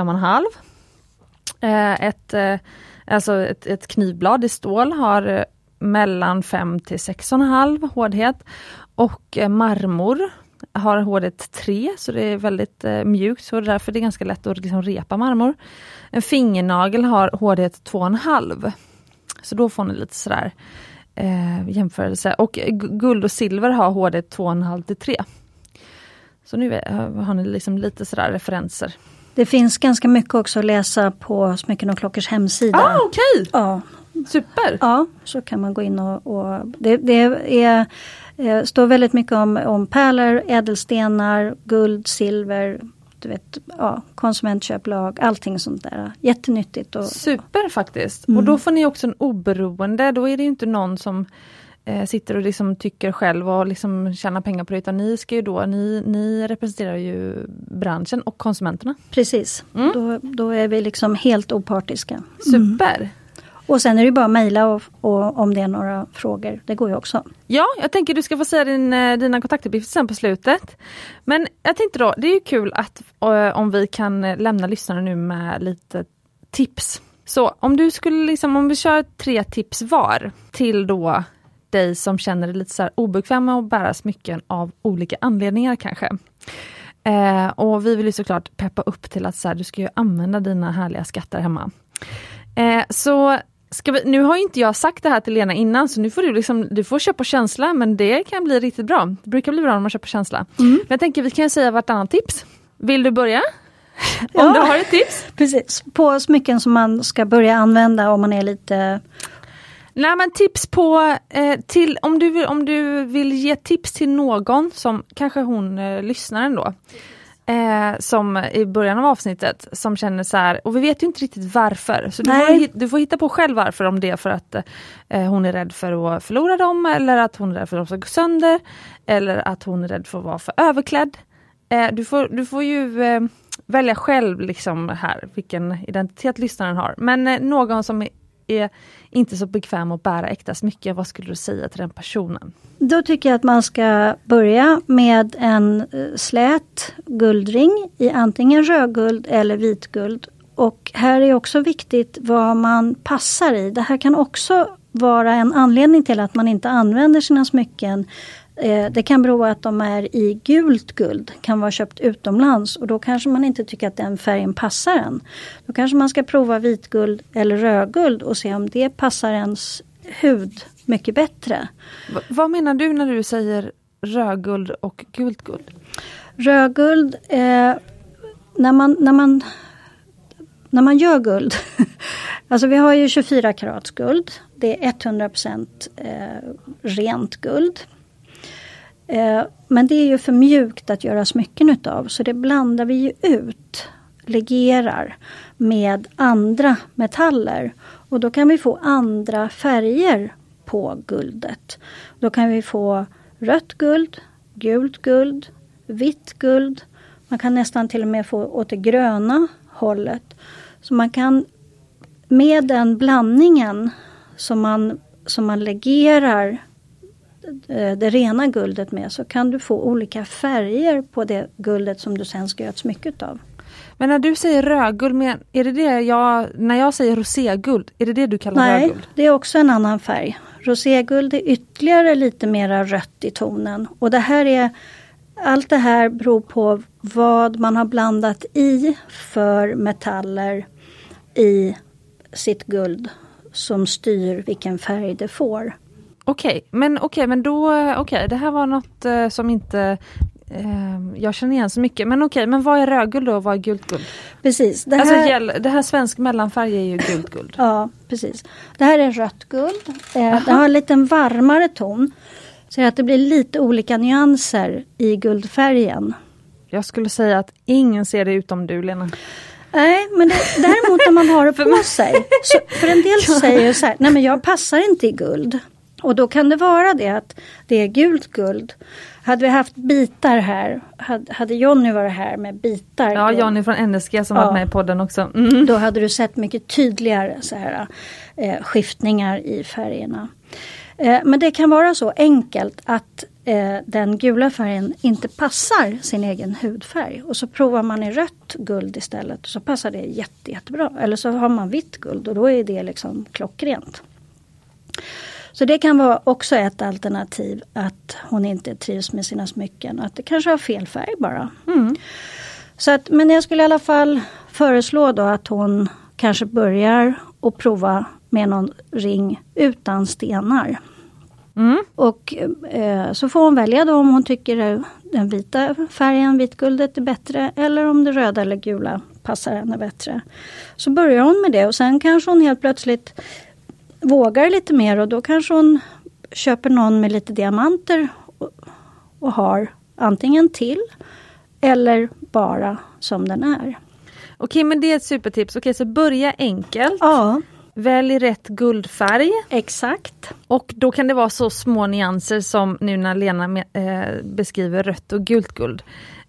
5,5. Ett knivblad i stål har mellan 5 till 6,5 hårdhet och marmor har hårdhet 3, så det är väldigt mjukt, så därför är det ganska lätt att liksom repa marmor. En fingernagel har hårdhet 2,5, så då får ni lite sådär jämförelse. Och guld och silver har hårdhet 2,5 till 3. Så nu har ni liksom lite sådär referenser. Det finns ganska mycket också att läsa på Smycken och Klockers hemsida. Okej. Ja. Super! Ja, så kan man gå in och det står väldigt mycket om pärlor, ädelstenar, guld, silver, du vet, konsumentköplag, allting sånt där. Jättenyttigt. Super faktiskt. Och då får ni också en oberoende, då är det ju inte någon som sitter och liksom tycker själv och liksom tjänar pengar på det, utan ni ska ju då, ni representerar ju branschen och konsumenterna. Precis, då är vi liksom helt opartiska. Super! Och sen är det bara att mejla och om det är några frågor. Det går ju också. Ja, jag tänker du ska få säga dina kontaktuppgifter sen på slutet. Men jag tänkte då, det är ju kul att om vi kan lämna lyssnarna nu med lite tips. Så om du skulle om vi kör 3 tips var till då dig som känner dig lite så här obekväm med att bära smycken av olika anledningar kanske. Och vi vill ju såklart peppa upp till att så här, du ska ju använda dina härliga skatter hemma. Så nu har inte jag sagt det här till Lena innan, så nu får du får köpa känsla, men det kan bli riktigt bra. Det brukar bli bra när man köper känsla. Men jag tänker vi kan säga vartannat tips. Vill du börja? Om du har ett tips? Precis, på smycken som man ska börja använda om man är lite... Nej, men tips på till om du vill ge tips till någon som kanske hon lyssnar ändå. Som i början av avsnittet som känner så här, och vi vet ju inte riktigt varför, så du får hitta på själv varför, om det är för att hon är rädd för att förlora dem, eller att hon är rädd för att de ska gå sönder, eller att hon är rädd för att vara för överklädd. Du får ju välja själv här vilken identitet lyssnaren har, men någon som är inte så bekväm att bära äkta smycken, vad skulle du säga till den personen? Då tycker jag att man ska börja med en slät guldring i antingen rödguld eller vitguld. Och här är också viktigt vad man passar i. Det här kan också vara en anledning till att man inte använder sina smycken. Det kan bero på att de är i gult guld, kan vara köpt utomlands, och då kanske man inte tycker att den färgen passar en. Då kanske man ska prova vitguld eller rödguld och se om det passar ens hud mycket bättre. Vad menar du när du säger rödguld och gult guld? Rödguld, när man gör guld, alltså vi har ju 24 karats guld, det är 100% rent guld. Men det är ju för mjukt att göra smycken utav, så det blandar vi ju ut, legerar med andra metaller, och då kan vi få andra färger på guldet. Då kan vi få rött guld, gult guld, vitt guld, man kan nästan till och med få åt det gröna hållet. Så man kan med den blandningen som man legerar det rena guldet med, så kan du få olika färger på det guldet som du sen ska göra ett smycke av. Men när du säger rödguld, är det när jag säger roséguld, är det du kallar rödguld? Nej, det är också en annan färg. Roséguld är ytterligare lite mera rött i tonen. Och allt det här beror på vad man har blandat i för metaller i sitt guld som styr vilken färg det får. Okej, men det här var något som inte jag känner igen så mycket. Men men vad är rödguld då och vad är gult guld? Precis. Det här svensk mellanfärg är ju gult guld. Ja, precis. Det här är rött guld. Det har en lite varmare ton. Så att det blir lite olika nyanser i guldfärgen. Jag skulle säga att ingen ser det utom du, Lena. Nej, men däremot när man har det på sig. Så för en del säger så här, nej men jag passar inte i guld. Och då kan det vara det att det är gult guld. Hade vi haft bitar här, hade Jonny varit här med bitar. Ja, Jonny från NSG som var med i podden också. Mm. Då hade du sett mycket tydligare så här, skiftningar i färgerna. Men det kan vara så enkelt att den gula färgen inte passar sin egen hudfärg. Och så provar man i rött guld istället, och så passar det jättebra. Eller så har man vitt guld, och då är det liksom klockrent. Så det kan vara också ett alternativ, att hon inte trivs med sina smycken. Att det kanske har fel färg bara. Mm. Men jag skulle i alla fall föreslå då att hon kanske börjar och prova med någon ring utan stenar. Mm. Och så får hon välja då om hon tycker den vita färgen, vitguldet är bättre, eller om det röda eller gula passar henne bättre. Så börjar hon med det, och sen kanske hon helt plötsligt vågar lite mer, och då kanske hon köper någon med lite diamanter och har antingen till eller bara som den är. Okej, men det är ett supertips. Okej, så börja enkelt. Ja. Välj rätt guldfärg. Exakt. Och då kan det vara så små nyanser som nu när Lena beskriver rött och gult guld.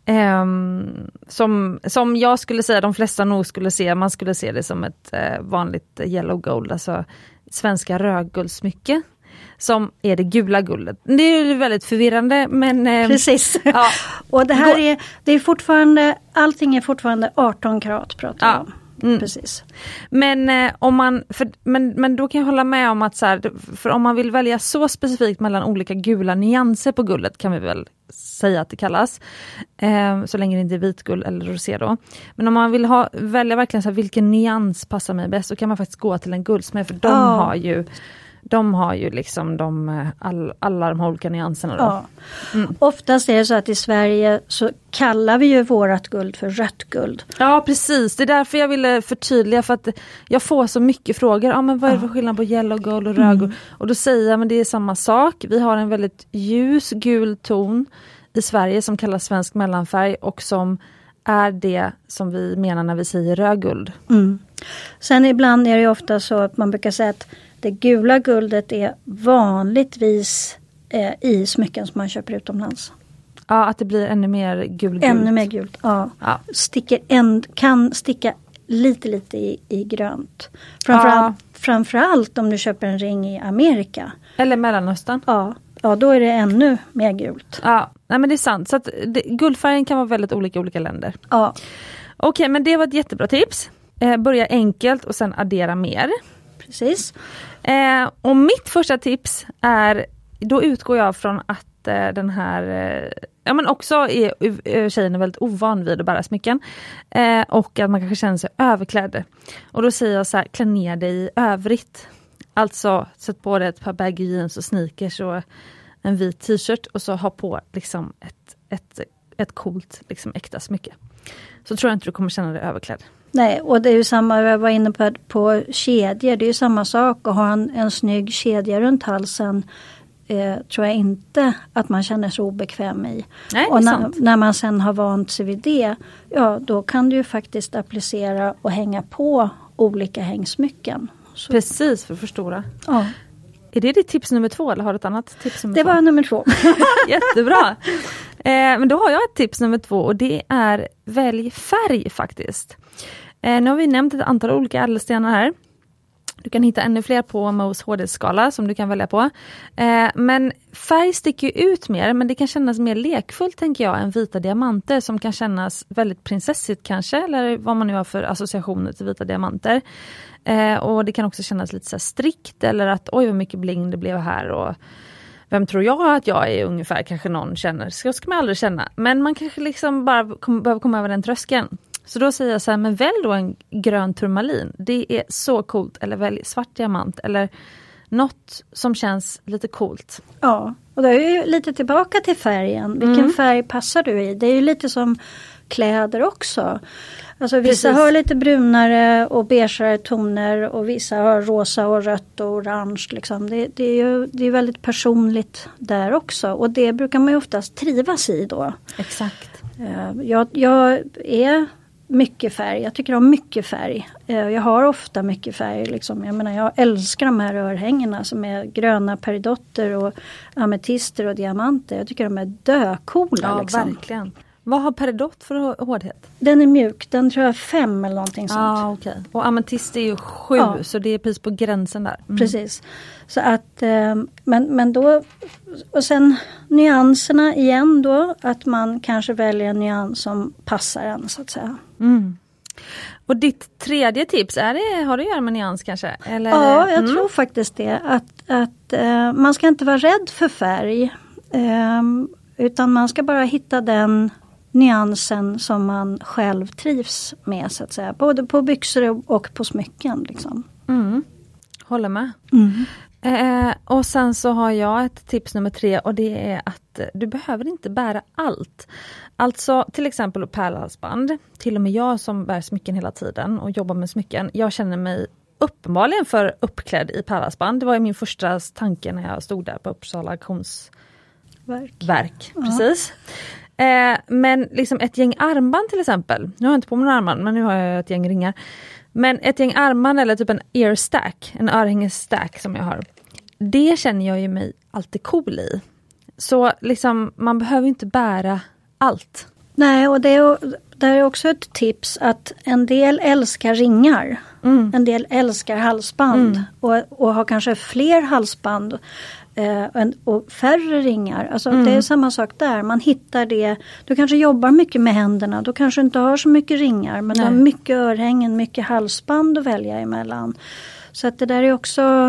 Som jag skulle säga de flesta nog skulle se, man skulle se det som ett vanligt yellow gold, alltså svenska rödguldsmycke som är det gula guldet. Det är ju väldigt förvirrande, men... Precis. Ja. Och det här det är fortfarande, allting är fortfarande 18 karat pratar om. Precis. Men men då kan jag hålla med om att så här, för om man vill välja så specifikt mellan olika gula nyanser på guldet kan vi väl säga att det kallas. Så länge det inte är vitguld eller rosé då. Men om man vill välja verkligen så här, vilken nyans passar mig bäst, så kan man faktiskt gå till en guldsmed, för de har ju liksom alla de här olika nyanserna då. Ja. Oftast är det så att i Sverige så kallar vi ju vårat guld för rött guld. Ja, precis. Det är därför jag ville förtydliga, för att jag får så mycket frågor. Ja, men vad är det för skillnad på yellow gold och rödguld? Och då säger jag, men det är samma sak. Vi har en väldigt ljus gul ton i Sverige som kallas svensk mellanfärg, och som är det som vi menar när vi säger rödguld. Sen ibland är det ofta så att man brukar säga att det gula guldet är vanligtvis i smycken som man köper utomlands. Ja, att det blir ännu mer gult. Ännu mer gult, ja. Kan sticka lite i grönt. Framförallt om du köper en ring i Amerika. Eller Mellanöstern. Ja, då är det ännu mer gult. Ja, nej, men det är sant. Så att guldfärgen kan vara väldigt olika länder. Ja. Okej, men det var ett jättebra tips. Börja enkelt och sen addera mer. Precis. Och mitt första tips är, då utgår jag från att den här, men också är tjejen är väldigt ovan vid att bära smycken. Och att man kanske känner sig överklädd. Och då säger jag så här, klä ner dig i övrigt. Alltså, sätt på dig ett par baggy jeans och sneakers och en vit t-shirt. Och så ha på liksom ett coolt, liksom äkta smycke. Så tror jag inte du kommer känna dig överklädd. Nej, och det är ju samma, jag var inne på kedjor, det är ju samma sak. Att ha en snygg kedja runt halsen tror jag inte att man känner sig obekväm i. Nej, och när man sen har vant sig vid det, ja då kan du ju faktiskt applicera och hänga på olika hängsmycken. Så. Precis, för att förstora. Ja. Är det ditt tips nummer 2 eller har du ett annat tips nummer 2? Det var nummer 2. Jättebra. Men då har jag ett tips nummer 2 och det är välj färg faktiskt. Nu har vi nämnt ett antal olika ädelstenar här. Du kan hitta ännu fler på Mohs HD-skala som du kan välja på. Men färg sticker ju ut mer, men det kan kännas mer lekfullt tänker jag än vita diamanter som kan kännas väldigt prinsessigt kanske, eller vad man nu har för associationer till vita diamanter. Och det kan också kännas lite så här strikt, eller att oj vad mycket bling det blev här och vem tror jag att jag är ungefär, kanske någon känner. Så ska man aldrig känna. Men man kanske liksom bara behöver komma över den tröskeln. Så då säger jag så här, men välj då en grön turmalin. Det är så coolt. Eller välj svart diamant. Eller något som känns lite coolt. Ja, och då är ju lite tillbaka till färgen. Vilken färg passar du i? Det är ju lite som kläder också. Alltså vissa har lite brunare och beigare toner och vissa har rosa och rött och orange. Liksom. Det är väldigt personligt där också. Och det brukar man ju oftast trivas i då. Exakt. Jag är mycket färg. Jag tycker om mycket färg. Jag har ofta mycket färg. Liksom. Jag menar, jag älskar de här örhängena som är gröna peridotter och ametister och diamanter. Jag tycker de är döcoola. Ja, liksom. Verkligen. Vad har peridot för hårdhet? Den är mjuk. Den tror jag 5 eller någonting sånt. Ja, okej. Och ametist är ju 7, så det är precis på gränsen där. Precis. Så att, men då, och sen nyanserna igen då, att man kanske väljer en nyans som passar en så att säga. Och ditt tredje tips, har det att göra med nyans kanske? Eller? Ja, jag tror faktiskt det. Att man ska inte vara rädd för färg. Utan man ska bara hitta den nyansen som man själv trivs med så att säga. Både på byxor och på smycken liksom. Håller med. Och sen så har jag ett tips nummer 3 och det är att du behöver inte bära allt. Alltså till exempel pärlhalsband. Till och med jag som bär smycken hela tiden och jobbar med smycken. Jag känner mig uppenbarligen för uppklädd i pärlhalsband. Det var ju min första tanke när jag stod där på Uppsala auktionsverk. Precis. Men liksom ett gäng armband till exempel. Nu har jag inte på mig några armband, men nu har jag ett gäng ringar. Men ett gäng armband eller typ en ear stack, en örhängestack som jag har. Det känner jag ju mig alltid cool i. Så liksom man behöver inte bära allt. Nej, och det är också ett tips att en del älskar ringar. En del älskar halsband och har kanske fler halsband och färre ringar. Alltså det är samma sak där. Man hittar det. Du kanske jobbar mycket med händerna. Du kanske inte har så mycket ringar. Men du har mycket örhängen, mycket halsband att välja emellan. Så att det där är också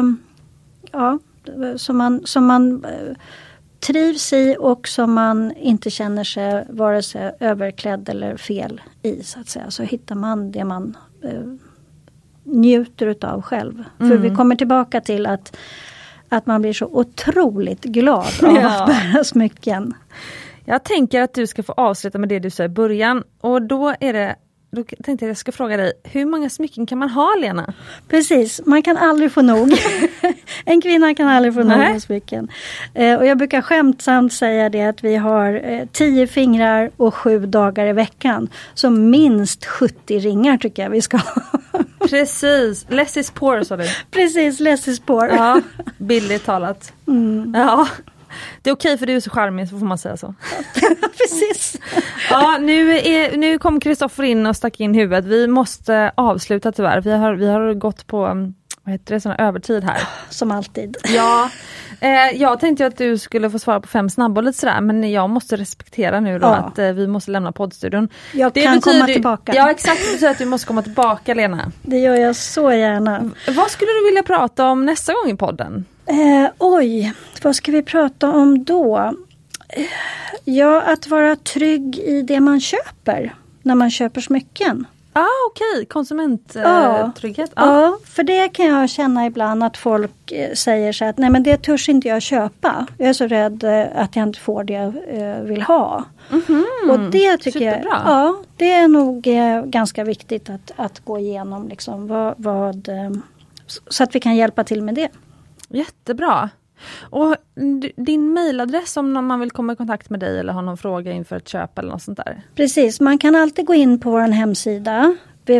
som man trivs i och som man inte känner sig vare sig överklädd eller fel i, så att säga. Så hittar man det man njuter utav själv. För vi kommer tillbaka till att man blir så otroligt glad av att bära smycken. Jag tänker att du ska få avsluta med det du sa i början. Och då tänkte jag att jag ska fråga dig, hur många smycken kan man ha, Lena? Precis, man kan aldrig få nog. En kvinna kan aldrig få nog av smycken. Och jag brukar skämtsamt säga det att vi har 10 fingrar och 7 dagar i veckan. Så minst 70 ringar tycker jag vi ska ha. Precis, less is poor, sa du. Precis, less is poor. Ja, billigt talat. Ja. Det är okej för du är så charmig, så får man säga så. Precis. Ja, nu kom Kristoffer in och stack in huvudet. Vi måste avsluta tyvärr. Vi har gått på sån övertid här. Som alltid. Ja, jag tänkte att du skulle få svara på 5 snabba och lite sådär. Men jag måste respektera nu då att vi måste lämna poddstudion. Jag kan komma tillbaka. Ja, exakt. Det betyder att du måste komma tillbaka, Lena. Det gör jag så gärna. Vad skulle du vilja prata om nästa gång i podden? Vad ska vi prata om då? Ja, att vara trygg i det man köper. När man köper smycken. Okej. Konsumenttrygghet. Ja, för det kan jag känna ibland att folk säger så att nej, men det törs inte jag köpa. Jag är så rädd att jag inte får det jag vill ha. Och det tycker jag, det är nog ganska viktigt att gå igenom liksom, så att vi kan hjälpa till med det. Jättebra. Och din mejladress om man vill komma i kontakt med dig eller ha någon fråga inför ett köp eller något sånt där? Precis, man kan alltid gå in på vår hemsida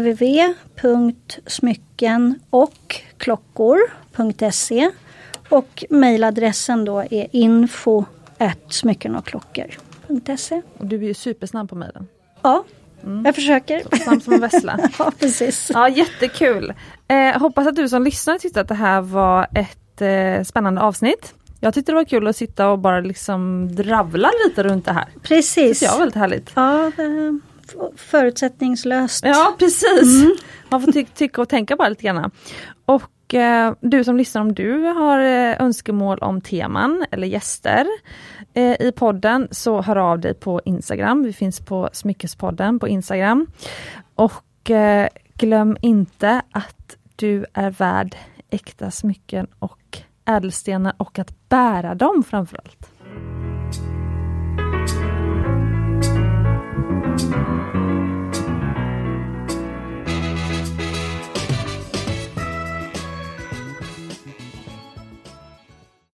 www.smyckenochklockor.se och mejladressen då är info@smyckenochklockor.se. Och du är ju supersnabb på mejlen. Ja, jag försöker. Snabb som en vessla. Ja, precis. Ja, jättekul. Hoppas att du som lyssnar tyckte att det här var ett spännande avsnitt. Jag tyckte det var kul att sitta och bara liksom dravla lite runt det här. Precis. Det var väldigt härligt. Ja, förutsättningslöst. Ja, precis. Man får tycka och tänka bara lite grann. Och du som lyssnar, om du har önskemål om teman eller gäster i podden, så hör av dig på Instagram. Vi finns på Smyckespodden på Instagram. Och glöm inte att du är värd äkta smycken och ädelstenar och att bära dem framförallt.